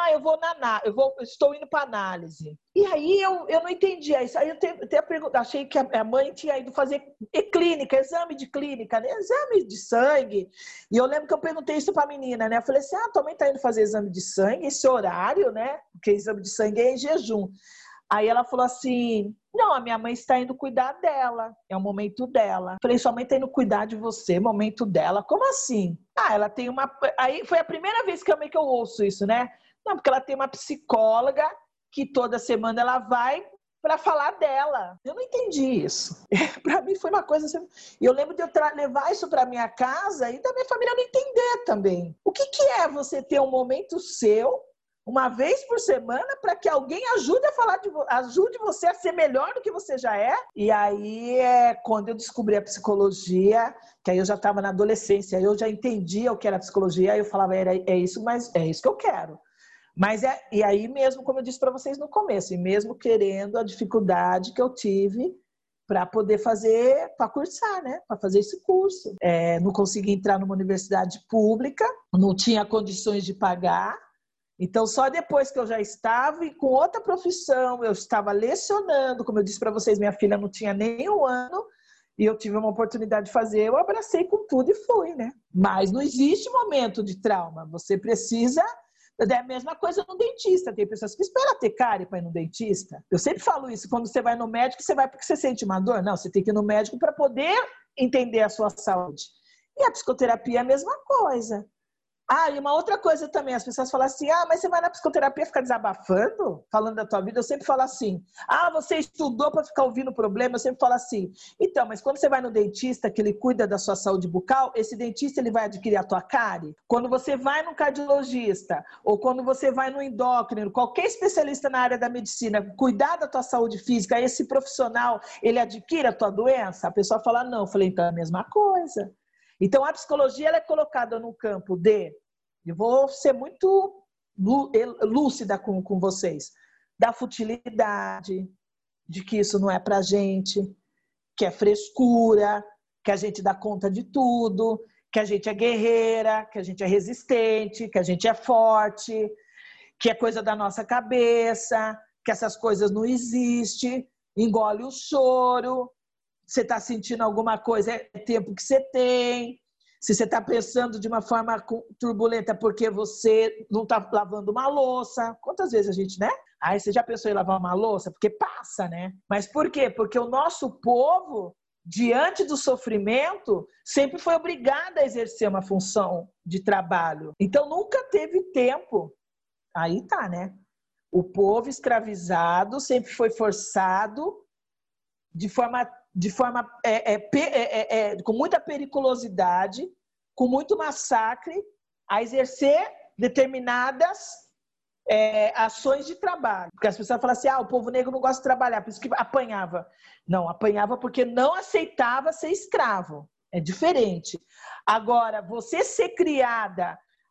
eu estou indo para análise. E aí eu não entendia isso. Aí eu até achei que a mãe tinha ido fazer exame de clínica, né? Exame de sangue. E eu lembro que eu perguntei isso para a menina, né? Eu falei assim, tua mãe está indo fazer exame de sangue, esse horário, né? Porque exame de sangue é em jejum. Aí ela falou assim, não, a minha mãe está indo cuidar dela, é o momento dela. Falei, sua mãe está indo cuidar de você, momento dela? Como assim? Ela tem uma... Aí foi a primeira vez que eu ouço isso, né? Não, porque ela tem uma psicóloga que toda semana ela vai para falar dela. Eu não entendi isso. Para mim foi uma coisa assim... E eu lembro de eu levar isso para minha casa e da minha família não entender também. O que é você ter um momento seu, uma vez por semana, para que alguém ajude você a ser melhor do que você já é? E aí, quando eu descobri a psicologia, que aí eu já estava na adolescência, aí eu já entendia o que era psicologia, aí eu falava, é isso, mas é isso que eu quero. Mas e aí mesmo, como eu disse para vocês no começo, e mesmo querendo a dificuldade que eu tive para poder para cursar, né? Para fazer esse curso. Não consegui entrar numa universidade pública, não tinha condições de pagar. Então, só depois que eu já estava com outra profissão, eu estava lecionando, como eu disse para vocês, minha filha não tinha nem 1 ano, e eu tive uma oportunidade de fazer, eu abracei com tudo e fui, né? Mas não existe momento de trauma, você precisa... É a mesma coisa no dentista, tem pessoas que esperam ter cárie para ir no dentista. Eu sempre falo isso, quando você vai no médico, você vai porque você sente uma dor? Não, você tem que ir no médico para poder entender a sua saúde. E a psicoterapia é a mesma coisa. E uma outra coisa também, as pessoas falam assim, mas você vai na psicoterapia ficar desabafando, falando da tua vida? Eu sempre falo assim, você estudou para ficar ouvindo problema? Eu sempre falo assim, então, mas quando você vai no dentista, que ele cuida da sua saúde bucal, esse dentista ele vai adquirir a tua cárie? Quando você vai no cardiologista, ou quando você vai no endócrino, qualquer especialista na área da medicina, cuidar da tua saúde física, esse profissional, ele adquire a tua doença? A pessoa fala, não. Eu falei, então é a mesma coisa. Então, a psicologia ela é colocada no campo eu vou ser muito lúcida com vocês, da futilidade, de que isso não é pra gente, que é frescura, que a gente dá conta de tudo, que a gente é guerreira, que a gente é resistente, que a gente é forte, que é coisa da nossa cabeça, que essas coisas não existem, engole o choro. Você está sentindo alguma coisa, é tempo que você tem. Se você está pensando de uma forma turbulenta porque você não está lavando uma louça. Quantas vezes a gente, né? Você já pensou em lavar uma louça? Porque passa, né? Mas por quê? Porque o nosso povo, diante do sofrimento, sempre foi obrigado a exercer uma função de trabalho. Então, nunca teve tempo. Aí tá, né? O povo escravizado sempre foi forçado com muita periculosidade, com muito massacre, a exercer determinadas ações de trabalho. Porque as pessoas falam assim, o povo negro não gosta de trabalhar, por isso que apanhava. Não, apanhava porque não aceitava ser escravo. É diferente. Agora, você ser criada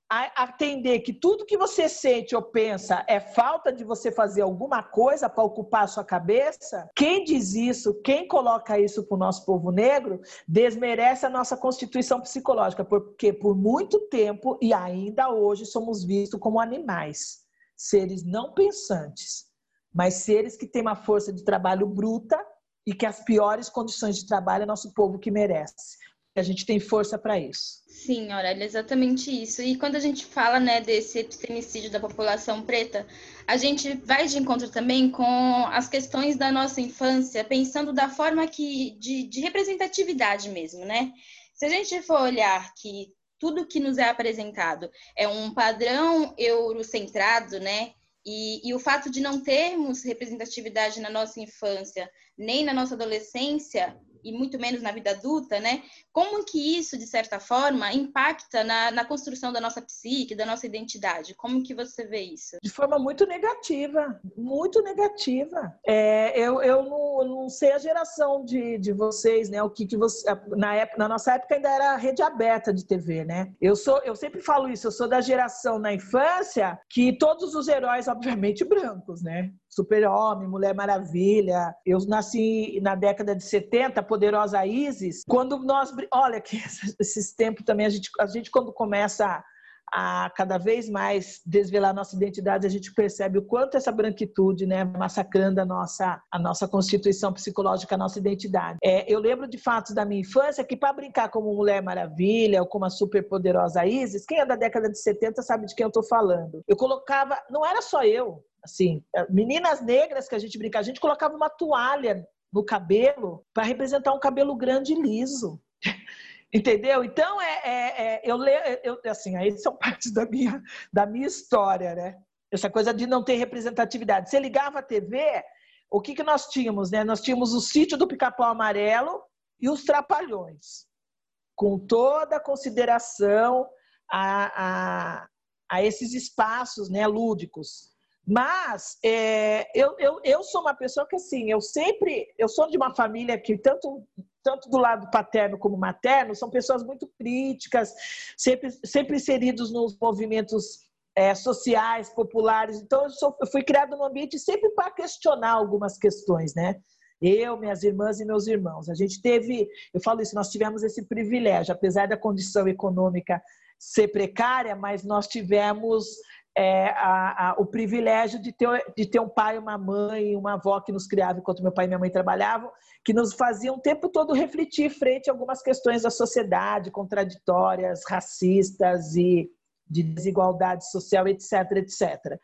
atender que tudo que você sente ou pensa é falta de você fazer alguma coisa para ocupar a sua cabeça, quem diz isso, quem coloca isso para o nosso povo negro, desmerece a nossa constituição psicológica, porque por muito tempo e ainda hoje somos vistos como animais, seres não pensantes, mas seres que têm uma força de trabalho bruta e que as piores condições de trabalho é nosso povo que merece. A gente tem força para isso. Sim, Aurélia, exatamente isso. E quando a gente fala, né, desse epistemicídio da população preta, a gente vai de encontro também com as questões da nossa infância, pensando da forma de representatividade mesmo, né? Se a gente for olhar que tudo que nos é apresentado é um padrão eurocentrado, né? E o fato de não termos representatividade na nossa infância, nem na nossa adolescência, e muito menos na vida adulta, né? Como que isso, de certa forma, impacta na construção da nossa psique, da nossa identidade? Como que você vê isso? De forma muito negativa, muito negativa. Eu não sei a geração de vocês, né? O que você, na nossa época ainda era rede aberta de TV, né? Eu sempre falo isso, eu sou da geração na infância que todos os heróis, obviamente, brancos, né? Super-Homem, Mulher Maravilha. Eu nasci na década de 70, Poderosa Isis. Quando nós... Olha, que esses tempos também, a gente quando começa a cada vez mais desvelar nossa identidade, a gente percebe o quanto essa branquitude, né, massacrando a nossa constituição psicológica, a nossa identidade. Eu lembro de fatos da minha infância que, para brincar como Mulher Maravilha ou como a Superpoderosa Isis, quem é da década de 70 sabe de quem eu estou falando. Eu colocava... Não era só eu, assim, meninas negras que a gente brincava, a gente colocava uma toalha no cabelo para representar um cabelo grande e liso. Entendeu? Então, assim, aí são partes da minha história, né? Essa coisa de não ter representatividade. Você ligava a TV, o que nós tínhamos, né? Nós tínhamos o Sítio do Pica-Pau Amarelo e os Trapalhões, com toda a consideração a esses espaços, né, lúdicos. Mas eu sou uma pessoa que, assim, eu sou de uma família que tanto do lado paterno como materno, são pessoas muito críticas, sempre inseridos nos movimentos sociais, populares. Então, eu fui criada num ambiente sempre para questionar algumas questões, né? Eu, minhas irmãs e meus irmãos. A gente teve, eu falo isso, nós tivemos esse privilégio, apesar da condição econômica ser precária, mas nós tivemos o privilégio de ter um pai, uma mãe, uma avó que nos criava enquanto meu pai e minha mãe trabalhavam, que nos faziam o tempo todo refletir frente a algumas questões da sociedade, contraditórias, racistas e de desigualdade social, etc, etc.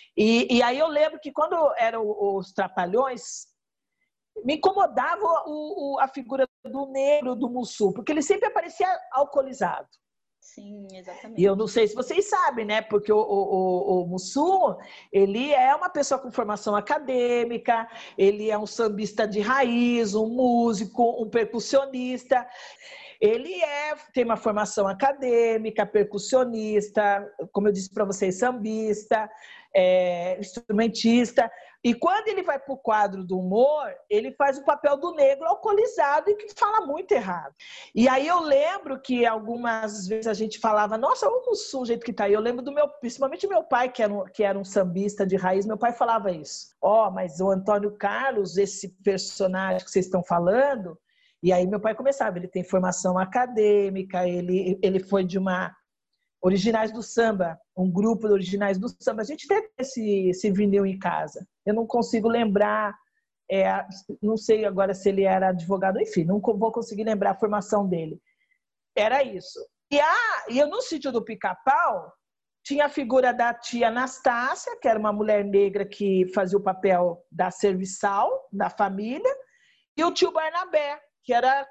E aí eu lembro que quando eram os Trapalhões, me incomodava a figura do negro, do Mussum, porque ele sempre aparecia alcoolizado. Sim, exatamente. E eu não sei se vocês sabem, né? Porque o Mussum, ele é uma pessoa com formação acadêmica, ele é um sambista de raiz, um músico, um percussionista. Ele tem uma formação acadêmica, percussionista, como eu disse para vocês, sambista, instrumentista. E quando ele vai para o quadro do humor, ele faz o papel do negro alcoolizado e que fala muito errado. E aí eu lembro que algumas vezes a gente falava, nossa, o sujeito que está aí. Eu lembro principalmente do meu pai, que era um sambista de raiz, meu pai falava isso. Mas o Antônio Carlos, esse personagem que vocês estão falando... E aí meu pai começava, ele tem formação acadêmica, ele foi de uma Originais do Samba, um grupo de Originais do Samba. A gente tem esse vinil em casa. Eu não consigo lembrar, não sei agora se ele era advogado, enfim, não vou conseguir lembrar a formação dele. Era isso. E eu no Sítio do Pica-Pau tinha a figura da tia Anastácia, que era uma mulher negra que fazia o papel da serviçal da família, e o tio Barnabé, que era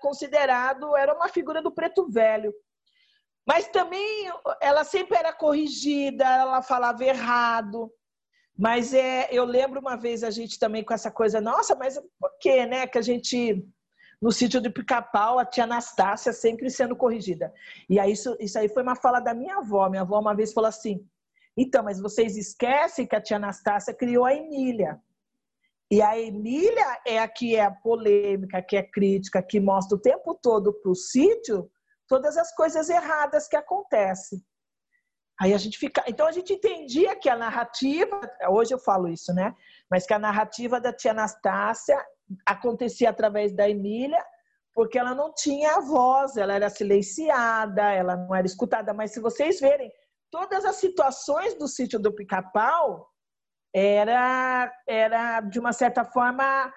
uma figura do preto velho. Mas também ela sempre era corrigida, ela falava errado. Mas eu lembro uma vez a gente também com essa coisa, nossa, mas por que, né? Que a gente, no Sítio do Pica-Pau, a tia Anastácia sempre sendo corrigida. E aí isso aí foi uma fala da minha avó. Minha avó uma vez falou assim, então, mas vocês esquecem que a tia Anastácia criou a Emília. E a Emília é a que é a polêmica, que é crítica, que mostra o tempo todo para o sítio todas as coisas erradas que acontecem. Aí a gente fica... Então a gente entendia que a narrativa, hoje eu falo isso, né? Mas que a narrativa da tia Anastácia acontecia através da Emília, porque ela não tinha voz, ela era silenciada, ela não era escutada. Mas se vocês verem, todas as situações do Sítio do Pica-Pau era de uma certa forma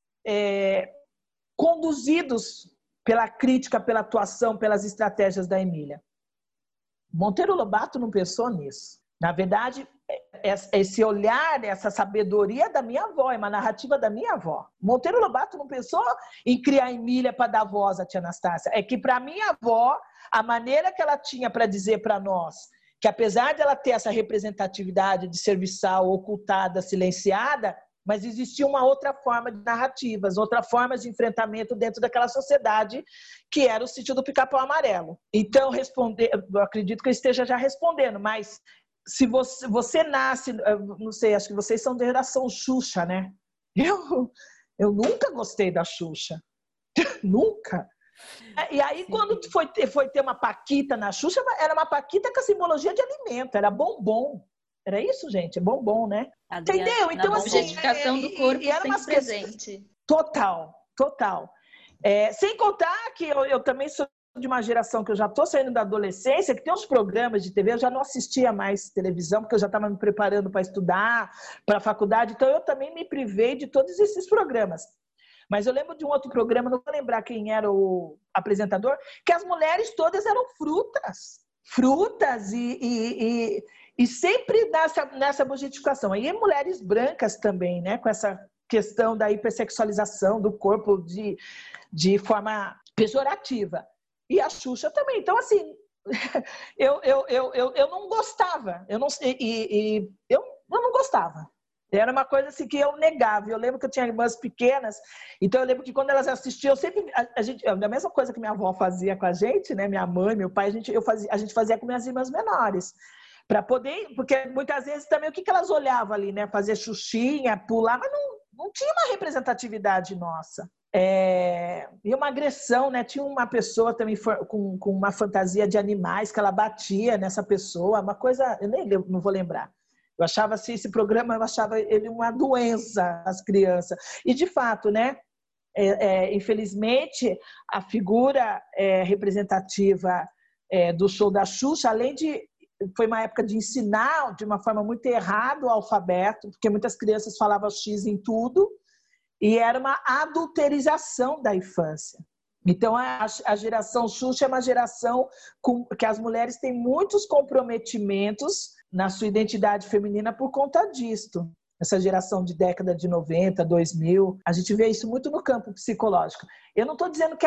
conduzidos pela crítica, pela atuação, pelas estratégias da Emília. Monteiro Lobato não pensou nisso. Na verdade, esse olhar, essa sabedoria é da minha avó, é uma narrativa da minha avó. Monteiro Lobato não pensou em criar a Emília para dar voz à tia Anastácia. É que, para minha avó, a maneira que ela tinha para dizer para nós que, apesar de ela ter essa representatividade de serviçal, ocultada, silenciada, mas existia uma outra forma de narrativas, outra forma de enfrentamento dentro daquela sociedade que era o Sítio do Pica-Pau Amarelo. Então, eu acredito que eu esteja já respondendo, mas se você nasce, não sei, acho que vocês são da geração Xuxa, né? Eu nunca gostei da Xuxa, nunca. E aí, sim, quando foi ter uma paquita na Xuxa, era uma paquita com a simbologia de alimento, era bombom. Era isso, gente? É bombom, né? Adriana, entendeu? Então, assim, objetificação do corpo e era sempre presente. Total. Sem contar que eu também sou de uma geração que eu já estou saindo da adolescência, que tem uns programas de TV, eu já não assistia mais televisão, porque eu já estava me preparando para estudar, para a faculdade, então eu também me privei de todos esses programas. Mas eu lembro de um outro programa, não vou lembrar quem era o apresentador, que as mulheres todas eram frutas e sempre nessa objetificação. Aí mulheres brancas também, né? Com essa questão da hipersexualização do corpo de forma pejorativa. E a Xuxa também. Então, assim, eu não gostava. Eu não gostava. Era uma coisa assim que eu negava. Eu lembro que eu tinha irmãs pequenas, então eu lembro que quando elas assistiam, eu sempre... A mesma coisa que minha avó fazia com a gente, né? Minha mãe, meu pai, a gente fazia com minhas irmãs menores. Para poder... Porque muitas vezes também o que elas olhavam ali, né? Fazer xuxinha, pular, mas não tinha uma representatividade nossa. E uma agressão, né? Tinha uma pessoa também com uma fantasia de animais que ela batia nessa pessoa, uma coisa... Eu nem não vou lembrar. Eu achava assim, esse programa, eu achava ele uma doença às crianças. E, de fato, né? Infelizmente, a figura representativa do show da Xuxa, além de... Foi uma época de ensinar de uma forma muito errada o alfabeto, porque muitas crianças falavam X em tudo, e era uma adulterização da infância. Então, a geração Xuxa é uma geração que as mulheres têm muitos comprometimentos na sua identidade feminina por conta disto. Essa geração de década de 90, 2000, a gente vê isso muito no campo psicológico. Eu não estou dizendo que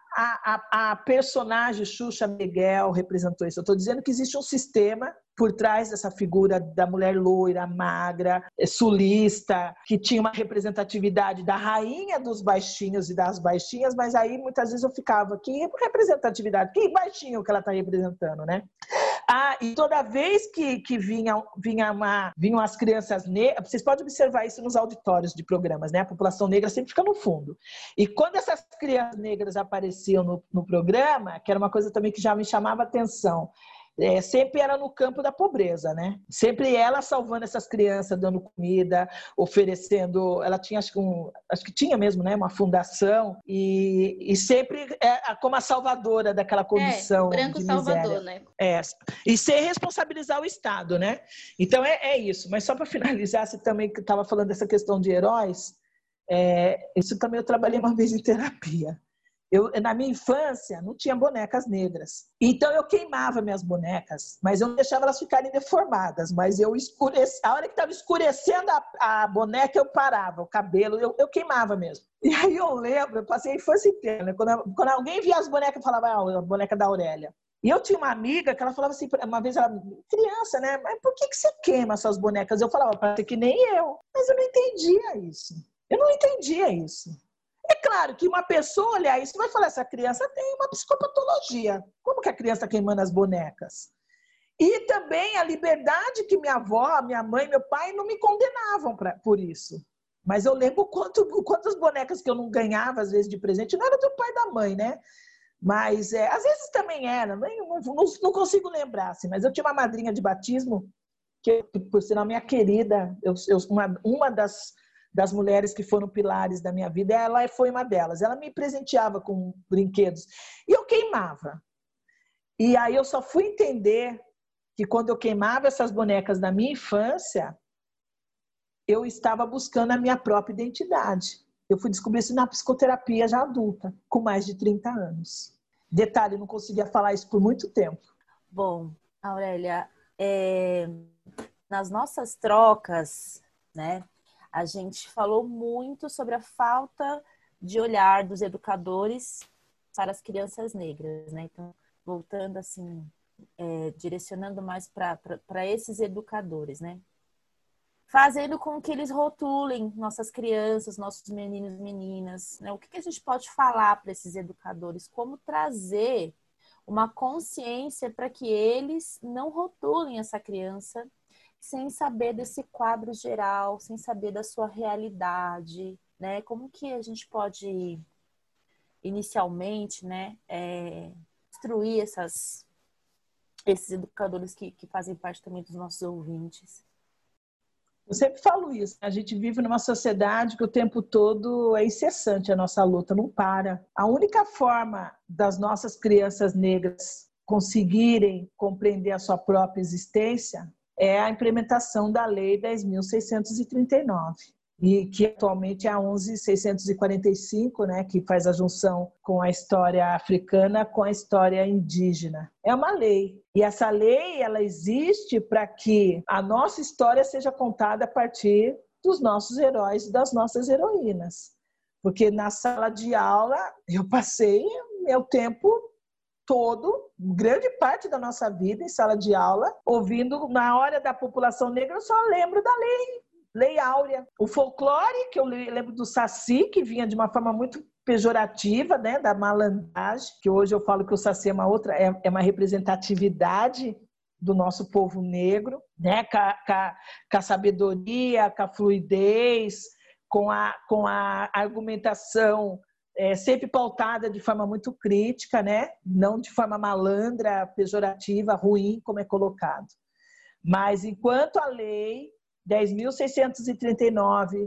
a personagem Xuxa Meneghel representou isso, eu estou dizendo que existe um sistema por trás dessa figura da mulher loira, magra, sulista, que tinha uma representatividade da rainha dos baixinhos e das baixinhas, mas aí muitas vezes eu ficava, que representatividade, que baixinho que ela está representando, né? E toda vez que vinham as crianças negras, vocês podem observar isso nos auditórios de programas, né? A população negra sempre fica no fundo. E quando essas crianças negras apareciam no programa, que era uma coisa também que já me chamava a atenção, sempre era no campo da pobreza, né? Sempre ela salvando essas crianças, dando comida, oferecendo... Ela tinha, acho que tinha mesmo, né? Uma fundação e sempre como a salvadora daquela condição branco de salvador, miséria. Né? E sem responsabilizar o Estado, né? Então é isso. Mas só para finalizar, você também estava falando dessa questão de heróis, isso também eu trabalhei uma vez em terapia. Na minha infância, não tinha bonecas negras. Então, eu queimava minhas bonecas, mas eu não deixava elas ficarem deformadas. Mas a hora que estava escurecendo a boneca, eu parava, o cabelo, eu queimava mesmo. E aí eu lembro, eu passei a infância inteira, né? Quando alguém via as bonecas, eu falava, a boneca da Aurélia. E eu tinha uma amiga que ela falava assim, uma vez ela, criança, né? Mas por que você queima suas bonecas? Eu falava, para ser que nem eu. Mas eu não entendia isso. É claro que uma pessoa olhar isso vai falar, essa criança tem uma psicopatologia. Como que a criança está queimando as bonecas? E também a liberdade que minha avó, minha mãe, meu pai não me condenavam por isso. Mas eu lembro quantas bonecas que eu não ganhava, às vezes, de presente. Não era do pai e da mãe, né? Mas às vezes também era, não consigo lembrar, assim, mas eu tinha uma madrinha de batismo, que por sinal minha querida, uma das mulheres que foram pilares da minha vida, ela foi uma delas. Ela me presenteava com brinquedos e eu queimava. E aí eu só fui entender que quando eu queimava essas bonecas da minha infância, eu estava buscando a minha própria identidade. Eu fui descobrir isso na psicoterapia já adulta, com mais de 30 anos. Detalhe, eu não conseguia falar isso por muito tempo. Bom, Aurélia, nas nossas trocas, né, a gente falou muito sobre a falta de olhar dos educadores para as crianças negras, né? Então, voltando assim, direcionando mais para esses educadores, né? Fazendo com que eles rotulem nossas crianças, nossos meninos e meninas, né? O que a gente pode falar para esses educadores? Como trazer uma consciência para que eles não rotulem essa criança sem saber desse quadro geral, sem saber da sua realidade, né? Como que a gente pode, inicialmente, né, instruir esses educadores que fazem parte também dos nossos ouvintes? Eu sempre falo isso, a gente vive numa sociedade que o tempo todo é incessante a nossa luta, não para. A única forma das nossas crianças negras conseguirem compreender a sua própria existência é a implementação da Lei 10.639, e que atualmente é a 11.645, né, que faz a junção com a história africana com a história indígena. É uma lei. E essa lei, ela existe para que a nossa história seja contada a partir dos nossos heróis e das nossas heroínas. Porque na sala de aula, eu passei meu tempo todo, grande parte da nossa vida em sala de aula, ouvindo, na hora da população negra, eu só lembro da Lei Áurea. O folclore, que eu lembro do Saci, que vinha de uma forma muito pejorativa, né, da malandragem, que hoje eu falo que o Saci é uma representatividade do nosso povo negro, né, com a sabedoria, com a fluidez, com a argumentação sempre pautada de forma muito crítica, né, não de forma malandra, pejorativa, ruim, como é colocado. Mas enquanto a lei 10.639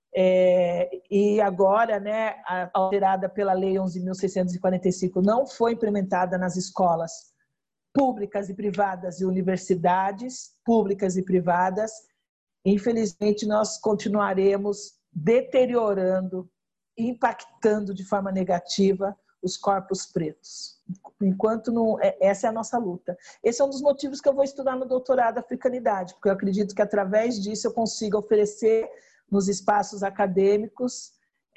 e agora, né, alterada pela Lei 11.645, não foi implementada nas escolas públicas e privadas e universidades públicas e privadas, infelizmente nós continuaremos deteriorando, impactando de forma negativa os corpos pretos. Enquanto não, essa é a nossa luta. Esse é um dos motivos que eu vou estudar no doutorado Africanidade, porque eu acredito que através disso eu consiga oferecer nos espaços acadêmicos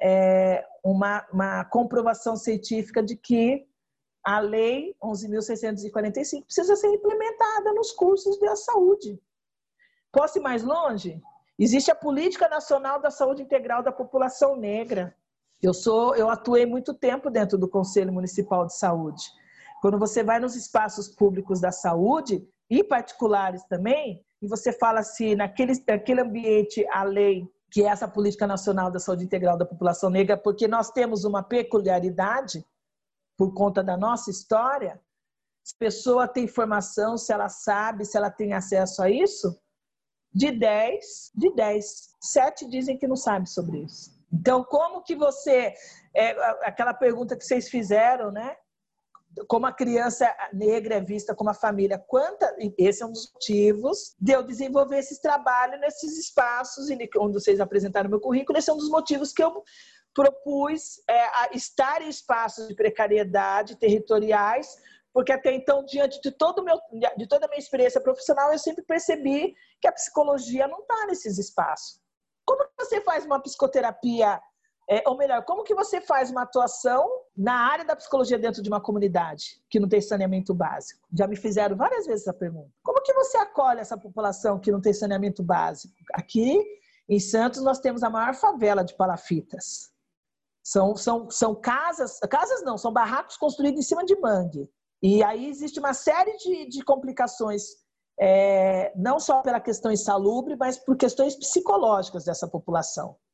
uma comprovação científica de que a Lei 11.645 precisa ser implementada nos cursos de saúde. Posso ir mais longe? Existe a Política Nacional da Saúde Integral da População Negra. Eu atuei muito tempo dentro do Conselho Municipal de Saúde. Quando você vai nos espaços públicos da saúde, e particulares também, e você fala assim, naquele ambiente, a lei, que é essa Política Nacional da Saúde Integral da População Negra, porque nós temos uma peculiaridade, por conta da nossa história, se a pessoa tem formação, se ela sabe, se ela tem acesso a isso, de 10, 7 dizem que não sabe sobre isso. Então, como que você... aquela pergunta que vocês fizeram, né? Como a criança negra é vista como a família. Esse é um dos motivos de eu desenvolver esses trabalhos nesses espaços, onde vocês apresentaram meu currículo. Esse é um dos motivos que eu propus estar em espaços de precariedade territoriais, porque até então, diante de toda a minha experiência profissional, eu sempre percebi que a psicologia não está nesses espaços. Como que você faz uma psicoterapia, ou melhor, como que você faz uma atuação na área da psicologia dentro de uma comunidade que não tem saneamento básico? Já me fizeram várias vezes essa pergunta. Como que você acolhe essa população que não tem saneamento básico? Aqui em Santos nós temos a maior favela de palafitas. São casas não, são barracos construídos em cima de mangue. E aí existe uma série de complicações, não só pela questão insalubre, mas por questões psicológicas dessa população.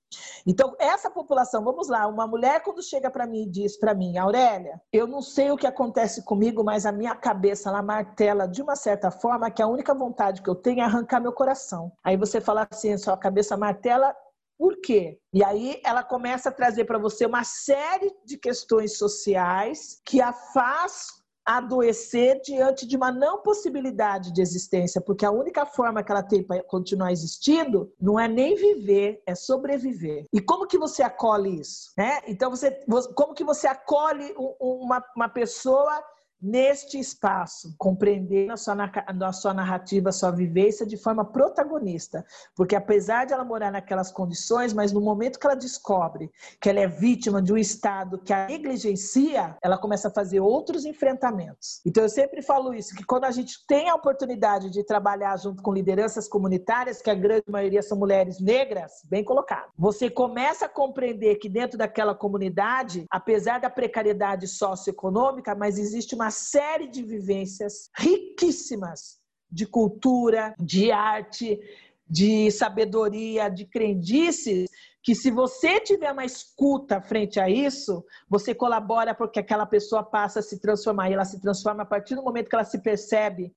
Então, essa população, vamos lá, uma mulher quando chega para mim e diz para mim, Aurélia, eu não sei o que acontece comigo, mas a minha cabeça, ela martela de uma certa forma que a única vontade que eu tenho é arrancar meu coração. Aí você fala assim, sua cabeça martela, por quê? E aí ela começa a trazer para você uma série de questões sociais que a faz adoecer diante de uma não possibilidade de existência, porque a única forma que ela tem para continuar existindo não é nem viver, é sobreviver. E como que você acolhe isso? Né? Então, como que você acolhe uma pessoa neste espaço, compreender a sua narrativa, a sua vivência de forma protagonista, porque apesar de ela morar naquelas condições, mas no momento que ela descobre que ela é vítima de um Estado que a negligencia, ela começa a fazer outros enfrentamentos. Então eu sempre falo isso, que quando a gente tem a oportunidade de trabalhar junto com lideranças comunitárias, que a grande maioria são mulheres negras, bem colocado, você começa a compreender que dentro daquela comunidade, apesar da precariedade socioeconômica, mas existe uma série de vivências riquíssimas de cultura, de arte, de sabedoria, de crendices, que se você tiver uma escuta frente a isso, você colabora porque aquela pessoa passa a se transformar. E ela se transforma a partir do momento que ela se percebe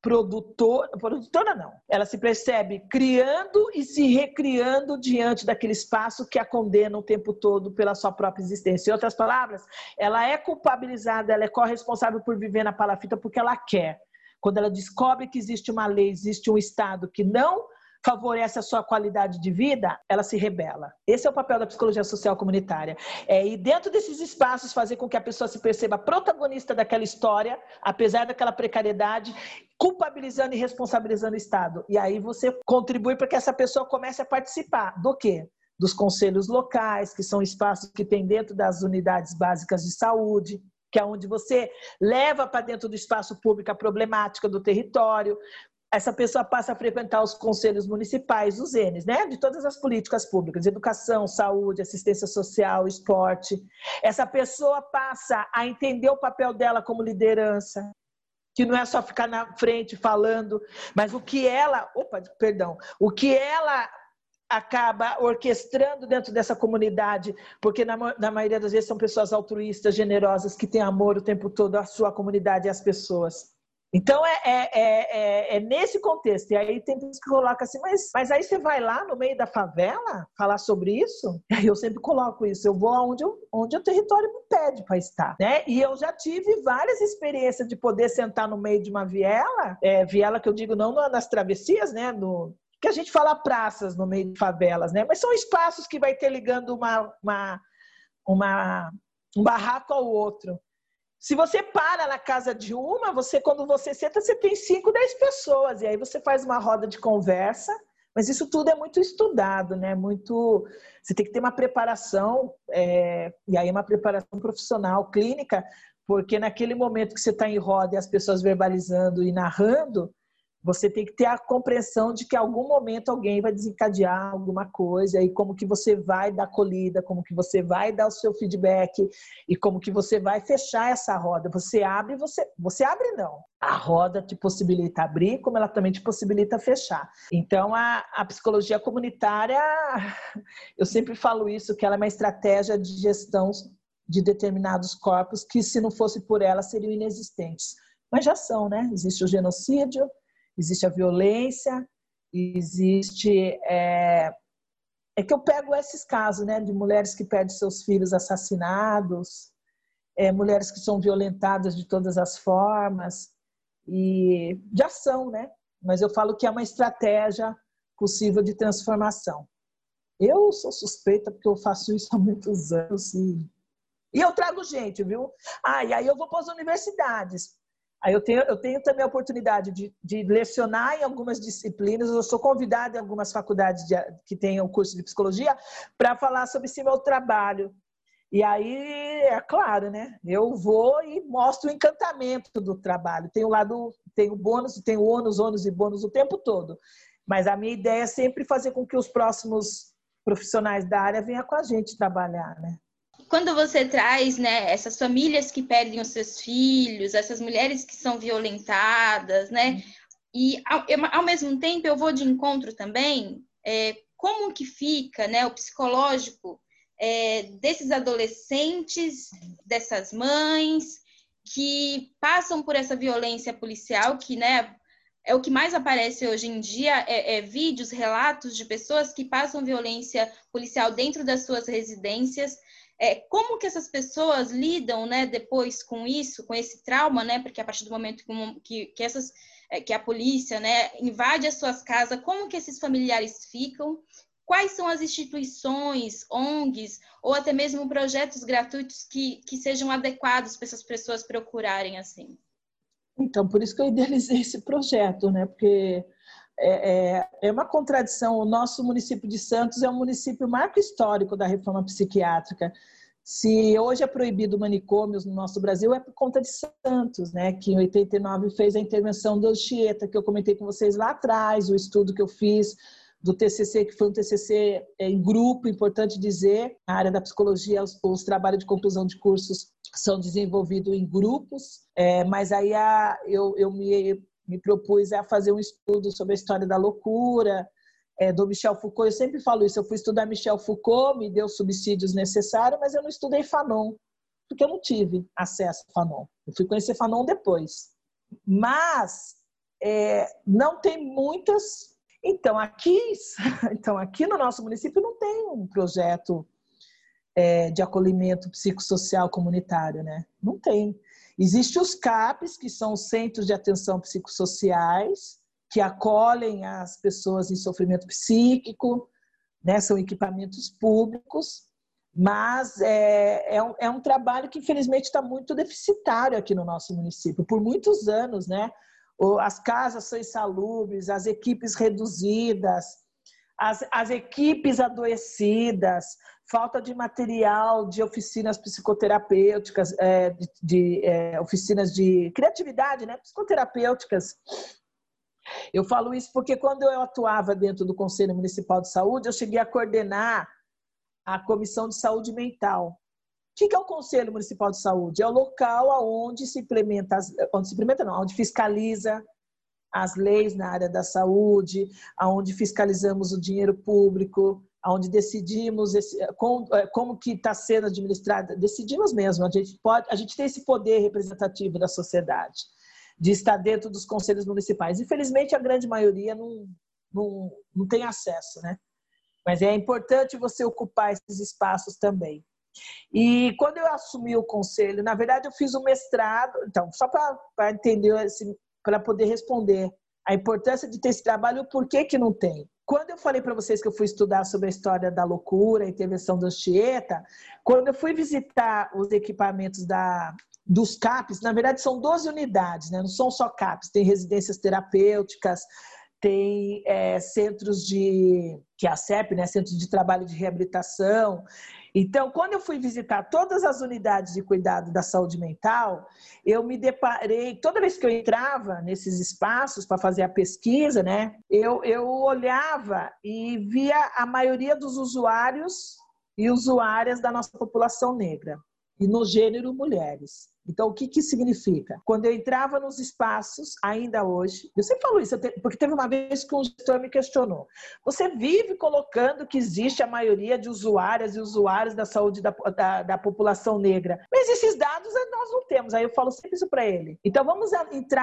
produtora não. Ela se percebe criando e se recriando diante daquele espaço que a condena o tempo todo pela sua própria existência. Em outras palavras, ela é culpabilizada, ela é corresponsável por viver na palafita porque ela quer. Quando ela descobre que existe uma lei, existe um Estado que não favorece a sua qualidade de vida, ela se rebela. Esse é o papel da psicologia social comunitária. E dentro desses espaços fazer com que a pessoa se perceba protagonista daquela história, apesar daquela precariedade, culpabilizando e responsabilizando o Estado. E aí você contribui para que essa pessoa comece a participar do quê? Dos conselhos locais, que são espaços que tem dentro das unidades básicas de saúde, que é onde você leva para dentro do espaço público a problemática do território. Essa pessoa passa a frequentar os conselhos municipais, os Ns, né? De todas as políticas públicas, educação, saúde, assistência social, esporte. Essa pessoa passa a entender o papel dela como liderança, que não é só ficar na frente falando, mas o que ela acaba orquestrando dentro dessa comunidade, porque na maioria das vezes são pessoas altruístas, generosas, que têm amor o tempo todo à sua comunidade e às pessoas. Então, é nesse contexto. E aí tem pessoas que colocam assim, mas aí você vai lá no meio da favela falar sobre isso? E eu sempre coloco isso, eu vou onde o território me pede para estar. Né? E eu já tive várias experiências de poder sentar no meio de uma viela, viela que eu digo não nas travessias, né? Que a gente fala praças no meio de favelas, né? Mas são espaços que vai ter ligando um barraco ao outro. Se você para na casa de quando você senta, você tem 5, 10 pessoas, e aí você faz uma roda de conversa, mas isso tudo é muito estudado, né? Você tem que ter uma preparação, e aí uma preparação profissional, clínica, porque naquele momento que você está em roda e as pessoas verbalizando e narrando, você tem que ter a compreensão de que em algum momento alguém vai desencadear alguma coisa e como que você vai dar acolhida, como que você vai dar o seu feedback e como que você vai fechar essa roda. Você abre não. A roda te possibilita abrir, como ela também te possibilita fechar. Então, a psicologia comunitária, eu sempre falo isso, que ela é uma estratégia de gestão de determinados corpos que, se não fosse por ela, seriam inexistentes. Mas já são, né? Existe o genocídio, existe a violência, existe... É que eu pego esses casos, né, de mulheres que perdem seus filhos assassinados, mulheres que são violentadas de todas as formas, e já são, né? Mas eu falo que é uma estratégia possível de transformação. Eu sou suspeita porque eu faço isso há muitos anos e eu trago gente, viu? E aí eu vou para as universidades. Aí eu tenho também a oportunidade de lecionar em algumas disciplinas, eu sou convidada em algumas faculdades que tenham curso de psicologia para falar sobre esse meu trabalho. E aí, é claro, né? Eu vou e mostro o encantamento do trabalho. Tem o bônus, tem o ônus e bônus o tempo todo. Mas a minha ideia é sempre fazer com que os próximos profissionais da área venham com a gente trabalhar, né? Quando você traz, né, essas famílias que perdem os seus filhos, essas mulheres que são violentadas, né, e ao mesmo tempo eu vou de encontro também como que fica, né, o psicológico desses adolescentes, dessas mães que passam por essa violência policial, que, né, é o que mais aparece hoje em dia, vídeos, relatos de pessoas que passam violência policial dentro das suas residências. Como que essas pessoas lidam, né, depois com isso, com esse trauma, né, porque a partir do momento que a polícia, né, invade as suas casas, como que esses familiares ficam? Quais são as instituições, ONGs, ou até mesmo projetos gratuitos que sejam adequados para essas pessoas procurarem assim? Então, por isso que eu idealizei esse projeto, né? Porque é uma contradição. O nosso município de Santos é um município marco histórico da reforma psiquiátrica. Se hoje é proibido manicômios no nosso Brasil, é por conta de Santos, né? Que em 89 fez a intervenção do Anchieta, que eu comentei com vocês lá atrás, o estudo que eu fiz do TCC, que foi um TCC em grupo, importante dizer, na área da psicologia, os trabalhos de conclusão de cursos são desenvolvidos em grupos, mas aí eu me propus a fazer um estudo sobre a história da loucura, do Michel Foucault. Eu sempre falo isso, eu fui estudar Michel Foucault, me deu os subsídios necessários, mas eu não estudei Fanon, porque eu não tive acesso a Fanon. Eu fui conhecer Fanon depois. Mas não tem muitas... Então, aqui no nosso município não tem um projeto de acolhimento psicossocial comunitário, né? Não tem. Existem os CAPs, que são os Centros de Atenção Psicossociais, que acolhem as pessoas em sofrimento psíquico, né? São equipamentos públicos, mas é um trabalho que, infelizmente, está muito deficitário aqui no nosso município, por muitos anos, né? As casas são insalubres, as equipes reduzidas, as equipes adoecidas, falta de material, de oficinas psicoterapêuticas, oficinas de criatividade, né? Psicoterapêuticas. Eu falo isso porque quando eu atuava dentro do Conselho Municipal de Saúde, eu cheguei a coordenar a Comissão de Saúde Mental. O que é o Conselho Municipal de Saúde? É o local onde se implementa, onde fiscaliza as leis na área da saúde, onde fiscalizamos o dinheiro público, onde decidimos como que está sendo administrado, decidimos mesmo, a gente tem esse poder representativo da sociedade, de estar dentro dos conselhos municipais. Infelizmente, a grande maioria não tem acesso, né? Mas é importante você ocupar esses espaços também. E quando eu assumi o conselho, na verdade eu fiz um mestrado, então, só para entender, para poder responder a importância de ter esse trabalho e o porquê que não tem. Quando eu falei para vocês que eu fui estudar sobre a história da loucura, a intervenção do Anchieta, quando eu fui visitar os equipamentos dos CAPs, na verdade são 12 unidades, né? Não são só CAPs, tem residências terapêuticas, tem centros que é a CEP, né? Centros de Trabalho de Reabilitação. Então, quando eu fui visitar todas as unidades de cuidado da saúde mental, eu me deparei, toda vez que eu entrava nesses espaços para fazer a pesquisa, né? Eu olhava e via a maioria dos usuários e usuárias da nossa população negra, e no gênero mulheres. Então, o que significa? Quando eu entrava nos espaços, ainda hoje, eu sempre falo isso, porque teve uma vez que um gestor me questionou. Você vive colocando que existe a maioria de usuárias e usuários da saúde da população negra, mas esses dados nós não temos. Aí eu falo sempre isso para ele. Então, vamos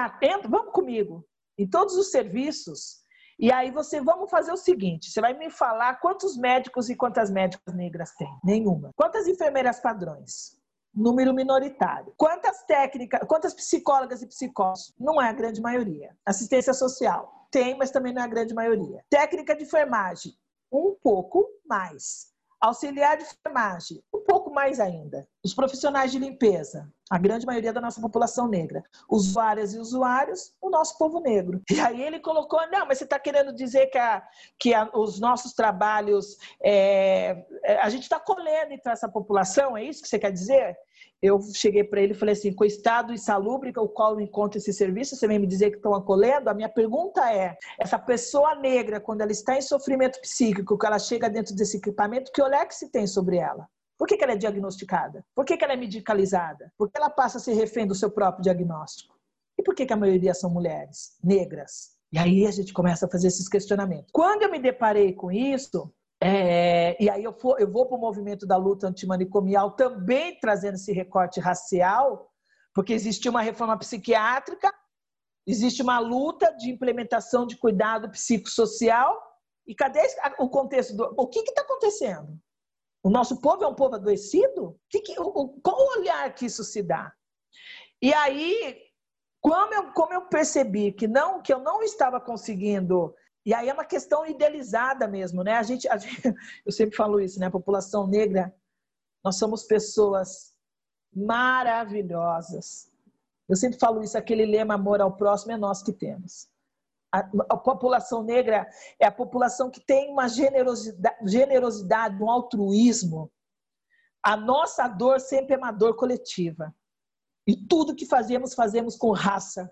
comigo, em todos os serviços, e aí vamos fazer o seguinte, você vai me falar quantos médicos e quantas médicas negras tem? Nenhuma. Quantas enfermeiras padrões? Número minoritário. Quantas técnicas, quantas psicólogas e psicólogos? Não é a grande maioria. Assistência social? Tem, mas também não é a grande maioria. Técnica de enfermagem? Um pouco mais. Auxiliar de enfermagem? Um pouco mais ainda. Os profissionais de limpeza? A grande maioria da nossa população negra. Usuárias e usuários? O nosso povo negro. E aí ele colocou, não, mas você está querendo dizer que os nossos trabalhos, a gente está colhendo então essa população? É isso que você quer dizer? Eu cheguei para ele e falei assim, com o estado insalubre o qual encontra esse serviço, você vem me dizer que estão acolhendo? A minha pergunta é, essa pessoa negra, quando ela está em sofrimento psíquico, que ela chega dentro desse equipamento, que olhar que se tem sobre ela? Por que ela é diagnosticada? Por que ela é medicalizada? Por que ela passa a ser refém do seu próprio diagnóstico? E por que a maioria são mulheres negras? E aí a gente começa a fazer esses questionamentos. Quando eu me deparei com isso, E aí eu vou para o movimento da luta antimanicomial também trazendo esse recorte racial, porque existe uma reforma psiquiátrica, existe uma luta de implementação de cuidado psicossocial, e cadê o contexto? O que está acontecendo? O nosso povo é um povo adoecido? Qual o olhar que isso se dá? E aí, como eu percebi que eu não estava conseguindo... E aí é uma questão idealizada mesmo, né? Eu sempre falo isso, né? A população negra, nós somos pessoas maravilhosas. Eu sempre falo isso, aquele lema amor ao próximo é nós que temos. A população negra é a população que tem uma generosidade, um altruísmo. A nossa dor sempre é uma dor coletiva. E tudo que fazemos com raça,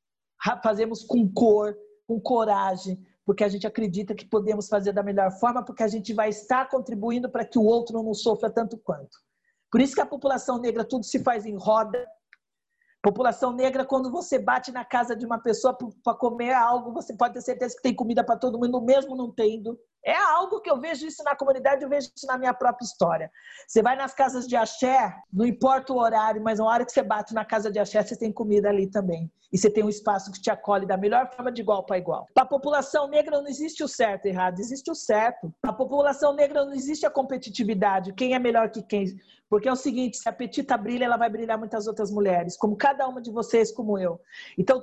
fazemos com cor, com coragem, porque a gente acredita que podemos fazer da melhor forma, porque a gente vai estar contribuindo para que o outro não sofra tanto quanto. Por isso que a população negra tudo se faz em roda. População negra, quando você bate na casa de uma pessoa para comer algo, você pode ter certeza que tem comida para todo mundo, mesmo não tendo. É algo que eu vejo isso na comunidade, eu vejo isso na minha própria história. Você vai nas casas de axé, não importa o horário, mas na hora que você bate na casa de axé, você tem comida ali também. E você tem um espaço que te acolhe da melhor forma, de igual para igual. Para a população negra não existe o certo e errado, existe o certo. Para a população negra não existe a competitividade, quem é melhor que quem. Porque é o seguinte, se a Petita brilha, ela vai brilhar muitas outras mulheres, como cada uma de vocês, como eu. Então,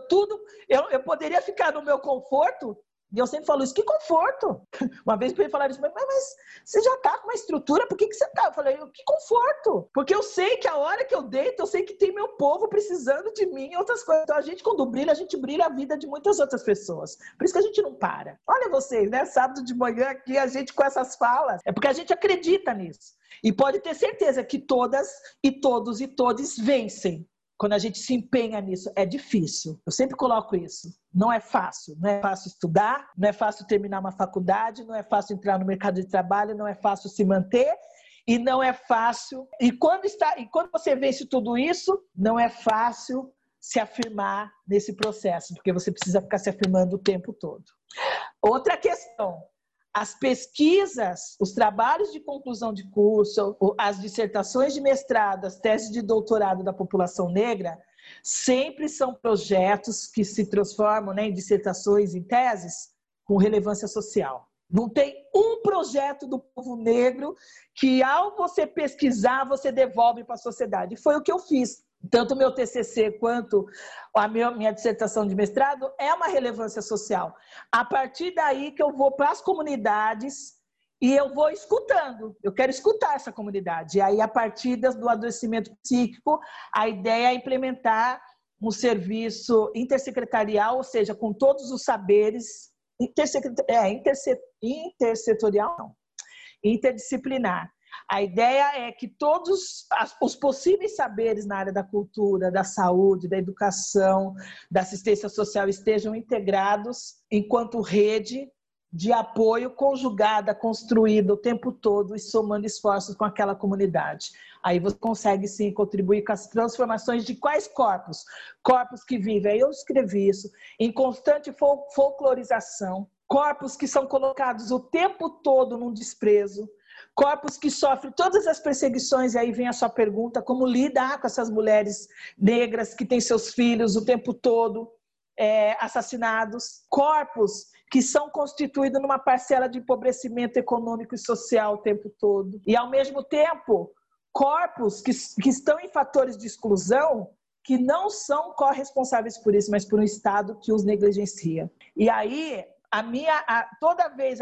eu poderia ficar no meu conforto. E eu sempre falo isso, que conforto! Uma vez para ele falar isso, mas você já está com uma estrutura, por que você está? Eu falei, que conforto! Porque eu sei que a hora que eu deito, eu sei que tem meu povo precisando de mim e outras coisas. Então, a gente, quando brilha, a gente brilha a vida de muitas outras pessoas. Por isso que a gente não para. Olha vocês, né? Sábado de manhã aqui, a gente com essas falas, é porque a gente acredita nisso. E pode ter certeza que todas e todos e todes vencem. Quando a gente se empenha nisso, é difícil. Eu sempre coloco isso. Não é fácil. Não é fácil estudar, não é fácil terminar uma faculdade, não é fácil entrar no mercado de trabalho, não é fácil se manter e não é fácil. E quando você vence tudo isso, não é fácil se afirmar nesse processo, porque você precisa ficar se afirmando o tempo todo. Outra questão. As pesquisas, os trabalhos de conclusão de curso, as dissertações de mestrado, as teses de doutorado da população negra, sempre são projetos que se transformam, né, em dissertações, em teses, com relevância social. Não tem um projeto do povo negro que, ao você pesquisar, você devolve para a sociedade. E foi o que eu fiz. Tanto o meu TCC quanto a minha dissertação de mestrado é uma relevância social. A partir daí que eu vou para as comunidades e eu vou escutando. Eu quero escutar essa comunidade. E aí, a partir do adoecimento psíquico, a ideia é implementar um serviço intersecretarial, ou seja, com todos os saberes, intersetorial, não, interdisciplinar. A ideia é que todos os possíveis saberes na área da cultura, da saúde, da educação, da assistência social estejam integrados enquanto rede de apoio conjugada, construída o tempo todo e somando esforços com aquela comunidade. Aí você consegue sim contribuir com as transformações de quais corpos? Corpos que vivem, aí eu escrevi isso, em constante folclorização, corpos que são colocados o tempo todo num desprezo, corpos que sofrem todas as perseguições, e aí vem a sua pergunta, como lidar com essas mulheres negras que têm seus filhos o tempo todo assassinados, corpos que são constituídos numa parcela de empobrecimento econômico e social o tempo todo, e ao mesmo tempo, corpos que estão em fatores de exclusão que não são corresponsáveis por isso, mas por um Estado que os negligencia. E aí, toda vez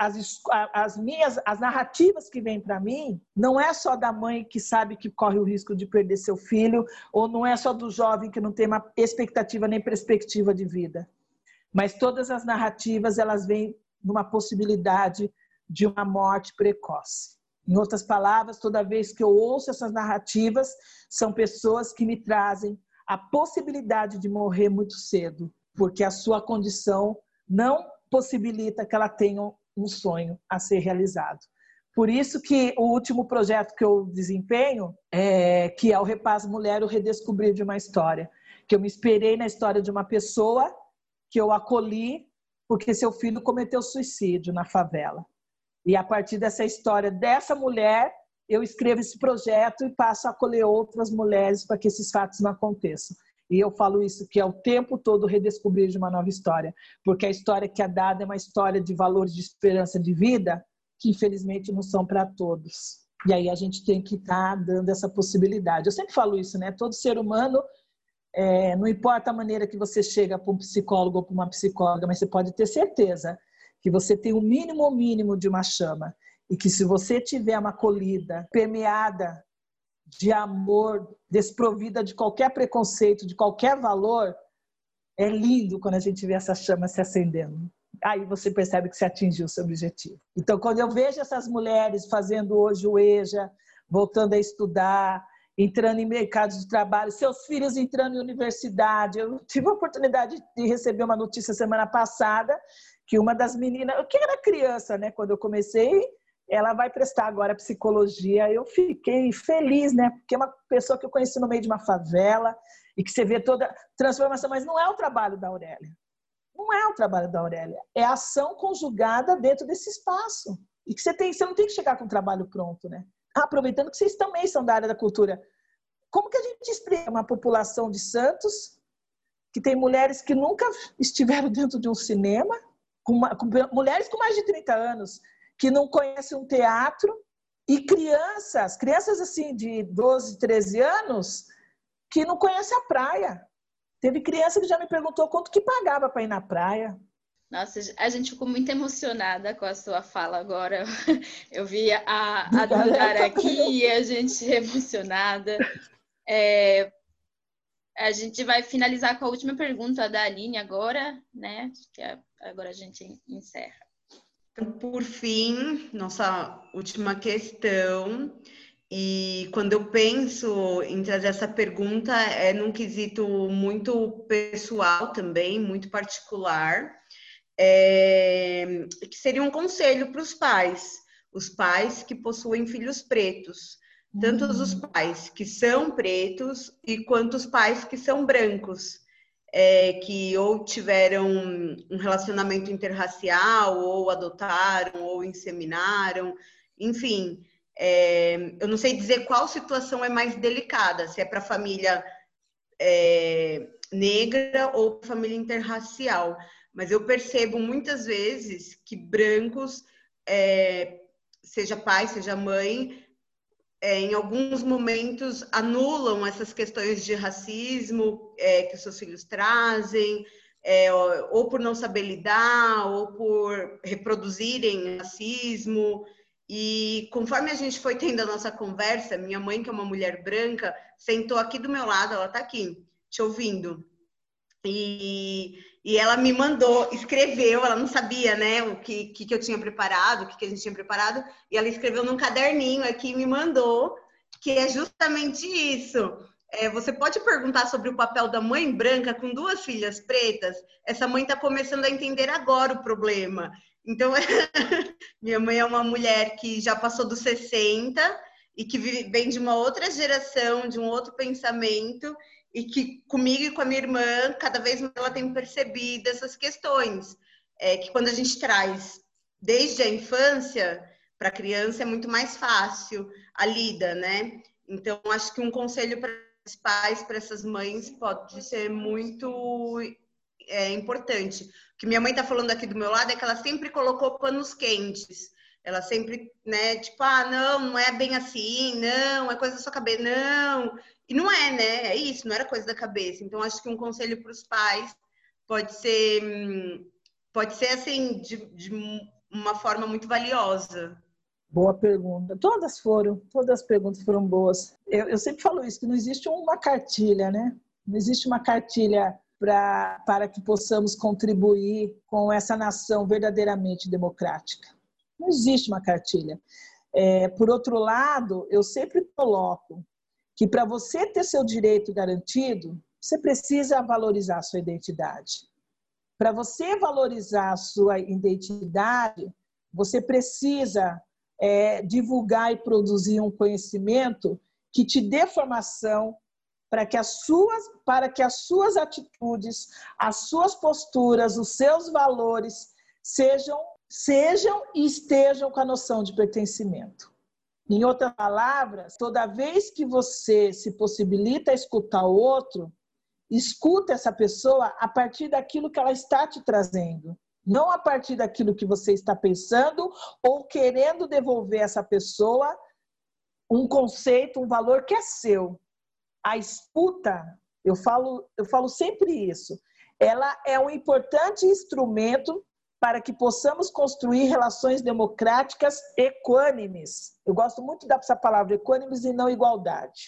as narrativas que vêm para mim, não é só da mãe que sabe que corre o risco de perder seu filho, ou não é só do jovem que não tem uma expectativa nem perspectiva de vida, mas todas as narrativas, elas vêm numa possibilidade de uma morte precoce. Em outras palavras, toda vez que eu ouço essas narrativas, são pessoas que me trazem a possibilidade de morrer muito cedo, porque a sua condição não possibilita que ela tenha um sonho a ser realizado. Por isso que o último projeto que eu desempenho, que é o Repaz Mulher, o Redescobrir de uma História, que eu me inspirei na história de uma pessoa que eu acolhi porque seu filho cometeu suicídio na favela. E a partir dessa história dessa mulher, eu escrevo esse projeto e passo a acolher outras mulheres para que esses fatos não aconteçam. E eu falo isso, que é o tempo todo redescobrir de uma nova história, porque a história que é dada é uma história de valores de esperança de vida, que infelizmente não são para todos. E aí a gente tem que estar dando essa possibilidade. Eu sempre falo isso, né? Todo ser humano, não importa a maneira que você chega para um psicólogo ou para uma psicóloga, mas você pode ter certeza que você tem o mínimo de uma chama. E que se você tiver uma acolhida permeada de amor, desprovida de qualquer preconceito, de qualquer valor, é lindo quando a gente vê essa chama se acendendo. Aí você percebe que você atingiu o seu objetivo. Então, quando eu vejo essas mulheres fazendo hoje o EJA, voltando a estudar, entrando em mercado de trabalho, seus filhos entrando em universidade. Eu tive a oportunidade de receber uma notícia semana passada que uma das meninas, que era criança, né, quando eu comecei, ela vai prestar agora psicologia. Eu fiquei feliz, né? Porque é uma pessoa que eu conheci no meio de uma favela e que você vê toda transformação, mas não é o trabalho da Aurélia. Não é o trabalho da Aurélia. É a ação conjugada dentro desse espaço. E que você não tem que chegar com o trabalho pronto, né? Aproveitando que vocês também são da área da cultura. Como que a gente explica uma população de Santos que tem mulheres que nunca estiveram dentro de um cinema, com mulheres com mais de 30 anos, que não conhecem um teatro, e crianças assim de 12, 13 anos, que não conhecem a praia. Teve criança que já me perguntou quanto que pagava para ir na praia. Nossa, a gente ficou muito emocionada com a sua fala agora. Eu vi a Dandara aqui e a gente emocionada. A gente vai finalizar com a última pergunta da Aline agora, né? Que agora a gente encerra. Então, por fim, nossa última questão. E quando eu penso em trazer essa pergunta, é num quesito muito pessoal também, muito particular, que seria um conselho para os pais que possuem filhos pretos, tanto os pais que são pretos e quanto os pais que são brancos, que ou tiveram um relacionamento interracial, ou adotaram, ou inseminaram, enfim. Eu não sei dizer qual situação é mais delicada, se é para a família negra ou para a família interracial, mas eu percebo muitas vezes que brancos, seja pai, seja mãe, em alguns momentos anulam essas questões de racismo que os seus filhos trazem, ou por não saber lidar, ou por reproduzirem racismo. E conforme a gente foi tendo a nossa conversa, minha mãe, que é uma mulher branca, sentou aqui do meu lado, ela está aqui, te ouvindo. E ela me mandou, escreveu, ela não sabia, né, o que eu tinha preparado, o que a gente tinha preparado, e ela escreveu num caderninho aqui e me mandou, que é justamente isso. Você pode perguntar sobre o papel da mãe branca com 2 filhas pretas? Essa mãe está começando a entender agora o problema. Então, minha mãe é uma mulher que já passou dos 60 e que vem de uma outra geração, de um outro pensamento, e que comigo e com a minha irmã, cada vez mais ela tem percebido essas questões, que quando a gente traz desde a infância para a criança é muito mais fácil a lida, né? Então, acho que um conselho para os pais, para essas mães, pode ser muito importante. O que minha mãe está falando aqui do meu lado é que ela sempre colocou panos quentes. Ela sempre, né, tipo, não é bem assim, não, é coisa da sua cabeça, não. E não é, né? É isso, não era coisa da cabeça. Então, acho que um conselho para os pais pode ser assim, de uma forma muito valiosa. Boa pergunta. Todas as perguntas foram boas. Eu sempre falo isso, que não existe uma cartilha, né? Não existe uma cartilha para que possamos contribuir com essa nação verdadeiramente democrática. Não existe uma cartilha. Por outro lado, eu sempre coloco que para você ter seu direito garantido, você precisa valorizar a sua identidade. Para você valorizar a sua identidade, você precisa divulgar e produzir um conhecimento que te dê formação para que as suas atitudes, as suas posturas, os seus valores sejam sejam e estejam com a noção de pertencimento. Em outras palavras, toda vez que você se possibilita escutar o outro, escuta essa pessoa a partir daquilo que ela está te trazendo, não a partir daquilo que você está pensando ou querendo devolver a essa pessoa um conceito, um valor que é seu. A escuta, eu falo sempre isso, ela é um importante instrumento para que possamos construir relações democráticas equânimes. Eu gosto muito dessa palavra, equânimes e não igualdade.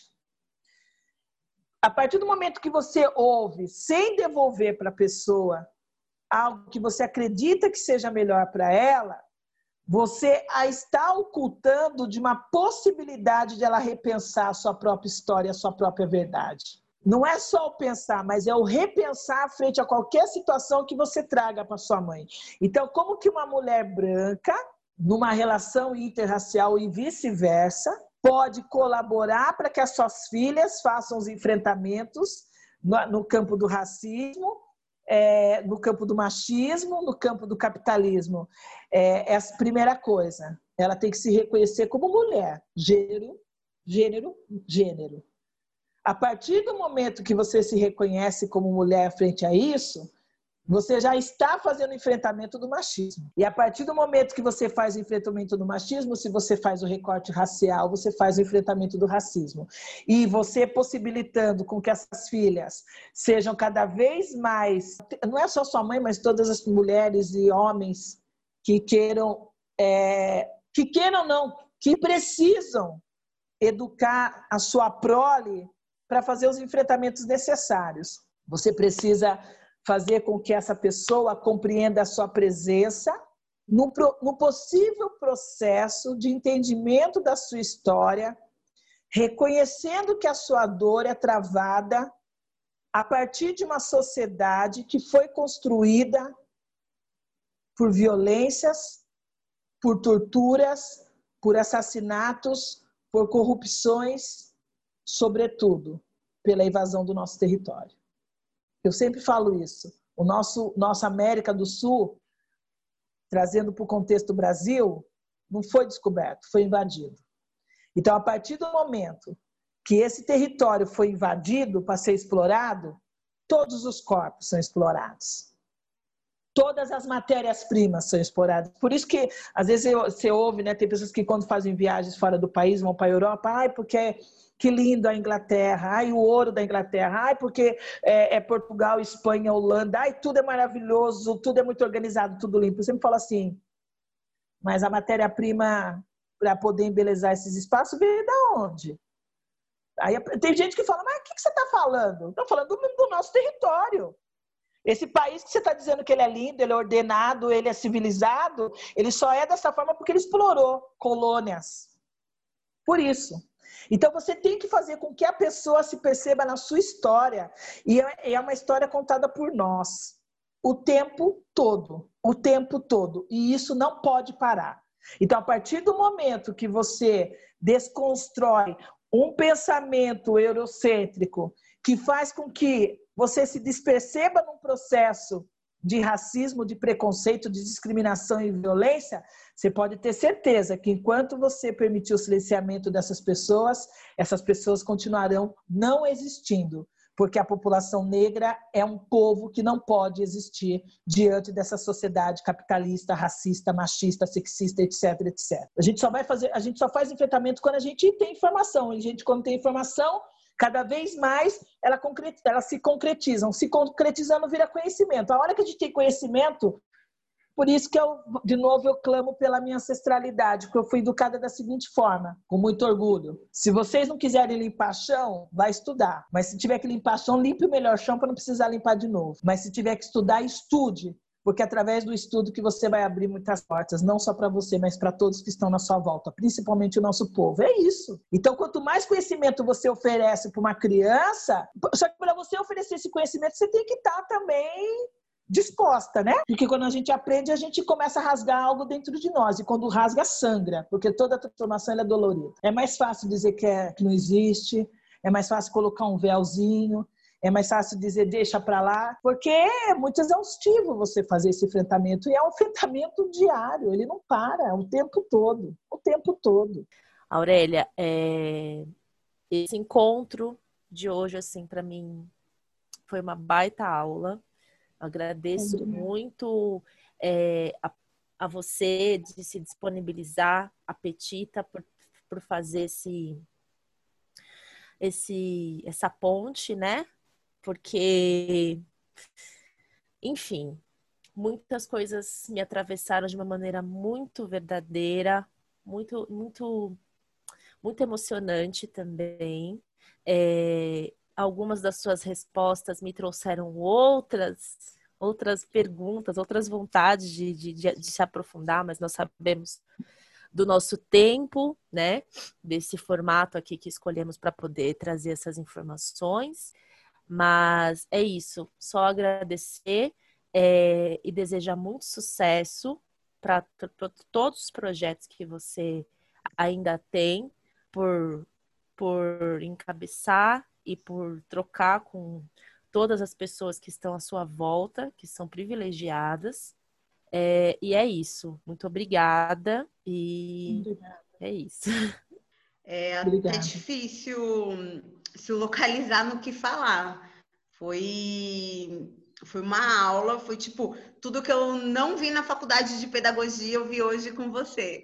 A partir do momento que você ouve, sem devolver para a pessoa algo que você acredita que seja melhor para ela, você a está ocultando de uma possibilidade de ela repensar a sua própria história, a sua própria verdade. Não é só o pensar, mas é o repensar frente a qualquer situação que você traga para sua mãe. Então, como que uma mulher branca, numa relação interracial e vice-versa, pode colaborar para que as suas filhas façam os enfrentamentos no campo do racismo, no campo do machismo, no campo do capitalismo? Essa primeira coisa, ela tem que se reconhecer como mulher. Gênero, gênero, gênero. A partir do momento que você se reconhece como mulher frente a isso, você já está fazendo o enfrentamento do machismo. E a partir do momento que você faz o enfrentamento do machismo, se você faz o recorte racial, você faz o enfrentamento do racismo. E você possibilitando com que essas filhas sejam cada vez mais, não é só sua mãe, mas todas as mulheres e homens que queiram não, que precisam educar a sua prole para fazer os enfrentamentos necessários. Você precisa fazer com que essa pessoa compreenda a sua presença no possível processo de entendimento da sua história, reconhecendo que a sua dor é travada a partir de uma sociedade que foi construída por violências, por torturas, por assassinatos, por corrupções, sobretudo pela invasão do nosso território. Eu sempre falo isso. Nossa América do Sul, trazendo para o contexto Brasil, não foi descoberto, foi invadido. Então, a partir do momento que esse território foi invadido para ser explorado, todos os corpos são explorados. Todas as matérias-primas são exploradas. Por isso que, às vezes, você ouve, né, tem pessoas que, quando fazem viagens fora do país, vão para a Europa, porque que lindo a Inglaterra, o ouro da Inglaterra, porque é Portugal, Espanha, Holanda, tudo é maravilhoso, tudo é muito organizado, tudo limpo. Eu sempre falo assim, mas a matéria-prima para poder embelezar esses espaços veio da onde? Aí tem gente que fala, mas o que você está falando? Estou falando do nosso território. Esse país que você está dizendo que ele é lindo, ele é ordenado, ele é civilizado, ele só é dessa forma porque ele explorou colônias. Por isso. Então, você tem que fazer com que a pessoa se perceba na sua história. E é uma história contada por nós. O tempo todo. O tempo todo. E isso não pode parar. Então, a partir do momento que você desconstrói um pensamento eurocêntrico que faz com que você se desperceba num processo de racismo, de preconceito, de discriminação e violência, você pode ter certeza que enquanto você permitir o silenciamento dessas pessoas, essas pessoas continuarão não existindo, porque a população negra é um povo que não pode existir diante dessa sociedade capitalista, racista, machista, sexista, etc, etc. A gente só faz enfrentamento quando a gente tem informação. A gente, quando tem informação, cada vez mais elas se concretizam. Se concretizando vira conhecimento. A hora que a gente tem conhecimento, por isso que de novo eu clamo pela minha ancestralidade, porque eu fui educada da seguinte forma, com muito orgulho. Se vocês não quiserem limpar chão, vai estudar. Mas se tiver que limpar chão, limpe o melhor chão para não precisar limpar de novo. Mas se tiver que estudar, estude. Porque é através do estudo que você vai abrir muitas portas, não só para você, mas para todos que estão na sua volta, principalmente o nosso povo. É isso. Então, quanto mais conhecimento você oferece para uma criança, só que para você oferecer esse conhecimento, você tem que estar também disposta, né? Porque quando a gente aprende, a gente começa a rasgar algo dentro de nós. E quando rasga, sangra, porque toda transformação é dolorida. É mais fácil dizer que não existe, é mais fácil colocar um véuzinho, É mais fácil dizer deixa para lá, porque é muito exaustivo você fazer esse enfrentamento. E é um enfrentamento diário, ele não para o tempo todo, o tempo todo. Aurélia, esse encontro de hoje, assim, para mim, foi uma baita aula. Agradeço muito a você de se disponibilizar, a Petita, por fazer essa ponte, né? Porque, enfim, muitas coisas me atravessaram de uma maneira muito verdadeira, muito, muito, muito emocionante também. Algumas das suas respostas me trouxeram outras perguntas, outras vontades de se aprofundar, mas nós sabemos do nosso tempo, né? Desse formato aqui que escolhemos para poder trazer essas informações. Mas é isso, só agradecer e desejar muito sucesso para todos os projetos que você ainda tem por encabeçar e por trocar com todas as pessoas que estão à sua volta, que são privilegiadas. E é isso. Muito obrigada. E é isso. É até difícil se localizar no que falar. Foi uma aula, foi tipo, tudo que eu não vi na faculdade de pedagogia, eu vi hoje com você.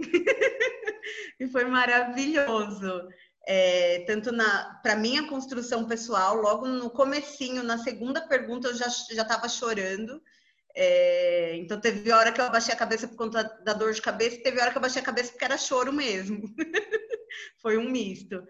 E foi maravilhoso. Tanto para minha construção pessoal, logo no comecinho, na segunda pergunta, eu já estava chorando. Então teve hora que eu abaixei a cabeça por conta da dor de cabeça, e teve hora que eu abaixei a cabeça porque era choro mesmo. Foi um misto.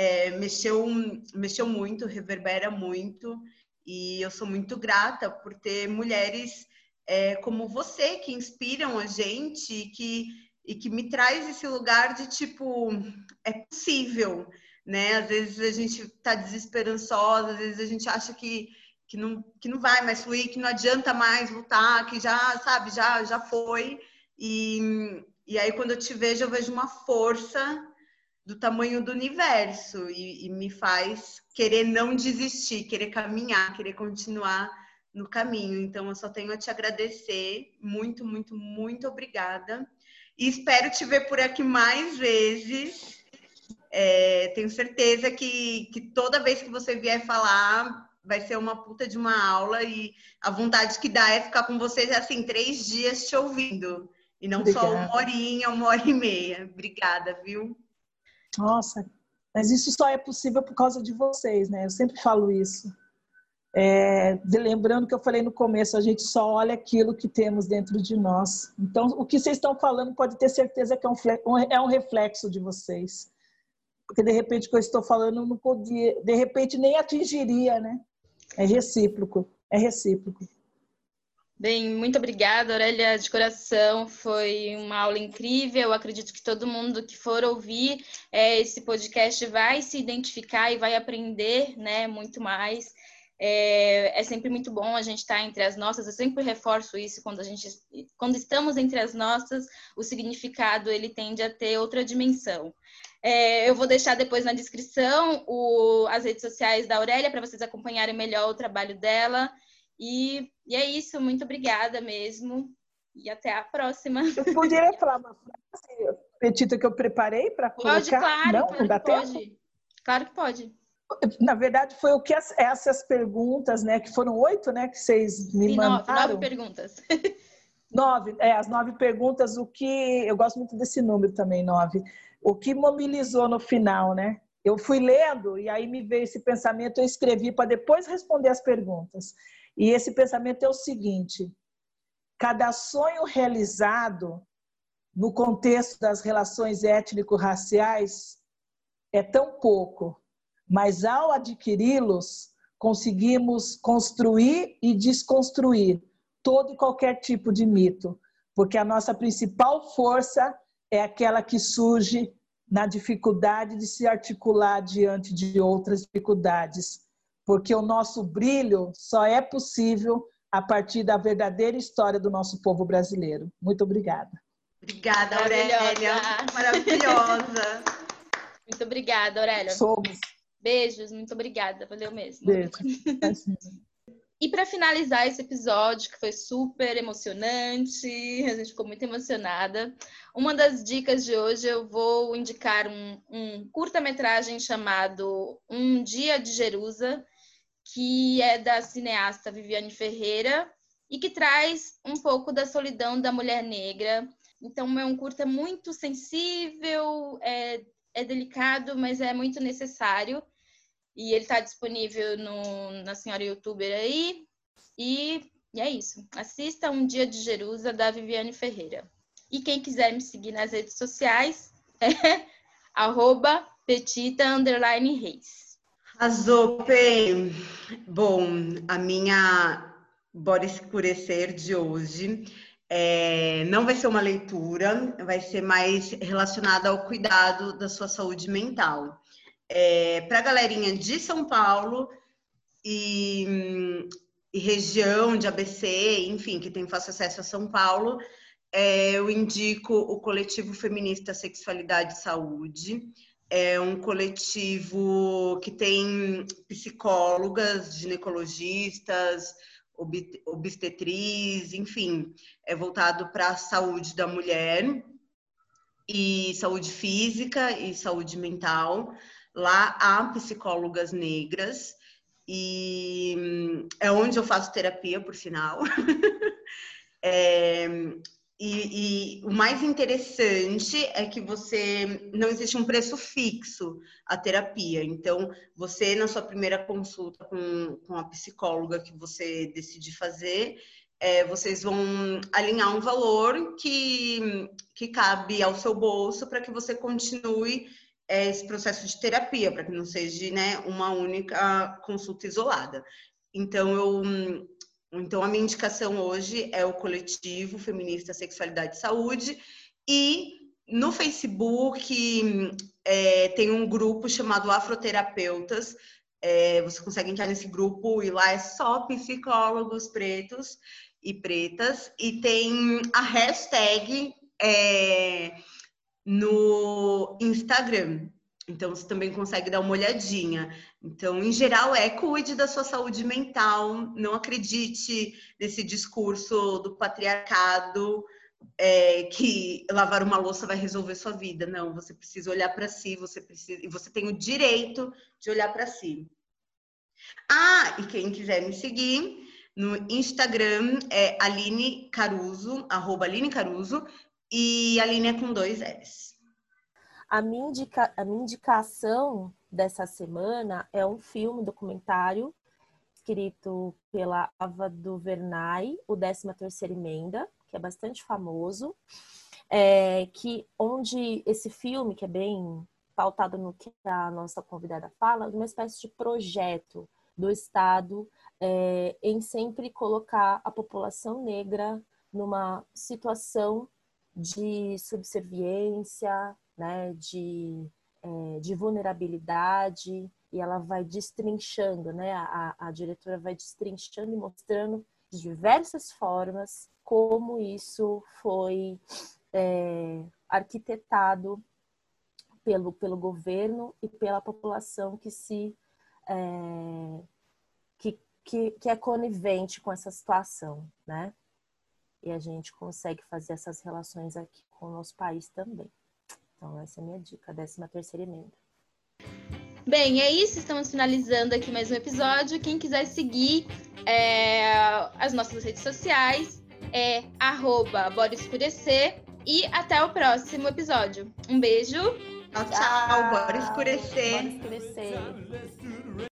Mexeu muito, reverbera muito, e eu sou muito grata por ter mulheres como você, que inspiram a gente e que me traz esse lugar de tipo, é possível, né? Às vezes a gente tá desesperançosa, às vezes a gente acha que não vai mais fluir, que não adianta mais lutar, que já, sabe, já foi. E aí, quando eu te vejo, eu vejo uma força do tamanho do universo e me faz querer não desistir, querer caminhar, querer continuar no caminho. Então, eu só tenho a te agradecer. Muito, muito, muito obrigada. E espero te ver por aqui mais vezes. Tenho certeza que toda vez que você vier falar, vai ser uma puta de uma aula, e a vontade que dá é ficar com vocês assim 3 dias te ouvindo. E não obrigada. Só 1 horinha, 1h30. Obrigada, viu? Nossa, mas isso só é possível por causa de vocês, né? Eu sempre falo isso. Lembrando que eu falei no começo, a gente só olha aquilo que temos dentro de nós. Então, o que vocês estão falando pode ter certeza que é um reflexo de vocês. Porque, de repente, o que eu estou falando não podia, de repente, nem atingiria, né? É recíproco, é recíproco. Bem, muito obrigada, Aurélia, de coração. Foi uma aula incrível. Eu acredito que todo mundo que for ouvir esse podcast vai se identificar e vai aprender, né, muito mais. É sempre muito bom a gente estar entre as nossas. Eu sempre reforço isso, quando estamos entre as nossas, o significado ele tende a ter outra dimensão. Eu vou deixar depois na descrição as redes sociais da Aurélia para vocês acompanharem melhor o trabalho dela. E é isso, muito obrigada mesmo. E até a próxima. Eu poderia falar uma frase, Petita, que eu preparei para colocar? Pode, claro. Não, claro não dá tempo? Pode. Claro que pode. Na verdade, foi o que essas perguntas, né? Que foram 8, né? Que vocês me mandaram. 9 perguntas. 9, as 9 perguntas. Eu gosto muito desse número também, 9. O que mobilizou no final, né? Eu fui lendo e aí me veio esse pensamento, eu escrevi para depois responder as perguntas. E esse pensamento é o seguinte: cada sonho realizado no contexto das relações étnico-raciais é tão pouco, mas ao adquiri-los, conseguimos construir e desconstruir todo e qualquer tipo de mito, porque a nossa principal força é aquela que surge na dificuldade de se articular diante de outras dificuldades, porque o nosso brilho só é possível a partir da verdadeira história do nosso povo brasileiro. Muito obrigada. Obrigada, Aurélia. Maravilhosa. Muito obrigada, Aurélia. Somos. Beijos, muito obrigada, valeu mesmo. Beijo. E para finalizar esse episódio, que foi super emocionante, a gente ficou muito emocionada, uma das dicas de hoje eu vou indicar um curta-metragem chamado Um Dia de Jerusa, que é da cineasta Viviane Ferreira e que traz um pouco da solidão da mulher negra. Então é um curta muito sensível, é delicado, mas é muito necessário. E ele está disponível na Senhora Youtuber aí. E é isso. Assista Um Dia de Jerusa, da Viviane Ferreira. E quem quiser me seguir nas redes sociais é @petita_reis. Arrasou, Pê. Bom, a minha Bora Escurecer de hoje não vai ser uma leitura, vai ser mais relacionada ao cuidado da sua saúde mental. Para a galerinha de São Paulo e região de ABC, enfim, que tem fácil acesso a São Paulo, eu indico o coletivo feminista Sexualidade e Saúde. É um coletivo que tem psicólogas, ginecologistas, obstetriz, enfim, é voltado para a saúde da mulher e saúde física e saúde mental. Lá há psicólogas negras e é onde eu faço terapia, por sinal. E o mais interessante é que não existe um preço fixo à terapia. Então, você, na sua primeira consulta com a psicóloga que você decide fazer, vocês vão alinhar um valor que cabe ao seu bolso para que você continue esse processo de terapia, para que não seja, né, uma única consulta isolada. Então, a minha indicação hoje é o coletivo feminista Sexualidade e Saúde. E no Facebook tem um grupo chamado Afroterapeutas. Você consegue entrar nesse grupo e lá é só psicólogos pretos e pretas. E tem a hashtag no Instagram. Então, você também consegue dar uma olhadinha. Então, em geral, cuide da sua saúde mental. Não acredite nesse discurso do patriarcado que lavar uma louça vai resolver sua vida. Não, você precisa olhar para si, e você tem o direito de olhar para si. E quem quiser me seguir no Instagram é Aline Caruso, @AlineCaruso, e Aline é com 2 L's. A minha indicação dessa semana é um filme documentário escrito pela Ava DuVernay, o 13ª Emenda, que é bastante famoso, onde esse filme, que é bem pautado no que a nossa convidada fala, uma espécie de projeto do Estado em sempre colocar a população negra numa situação de subserviência, né, de vulnerabilidade, e ela vai destrinchando, né, a diretora vai destrinchando e mostrando de diversas formas como isso foi arquitetado pelo governo e pela população que é conivente com essa situação, né? E a gente consegue fazer essas relações aqui com o nosso país também. Então, essa é a minha dica, 13ª Emenda. Bem, é isso. Estamos finalizando aqui mais um episódio. Quem quiser seguir as nossas redes sociais é @Bora Escurecer. E até o próximo episódio. Um beijo. Tchau, tchau. Bora escurecer. Bora escurecer.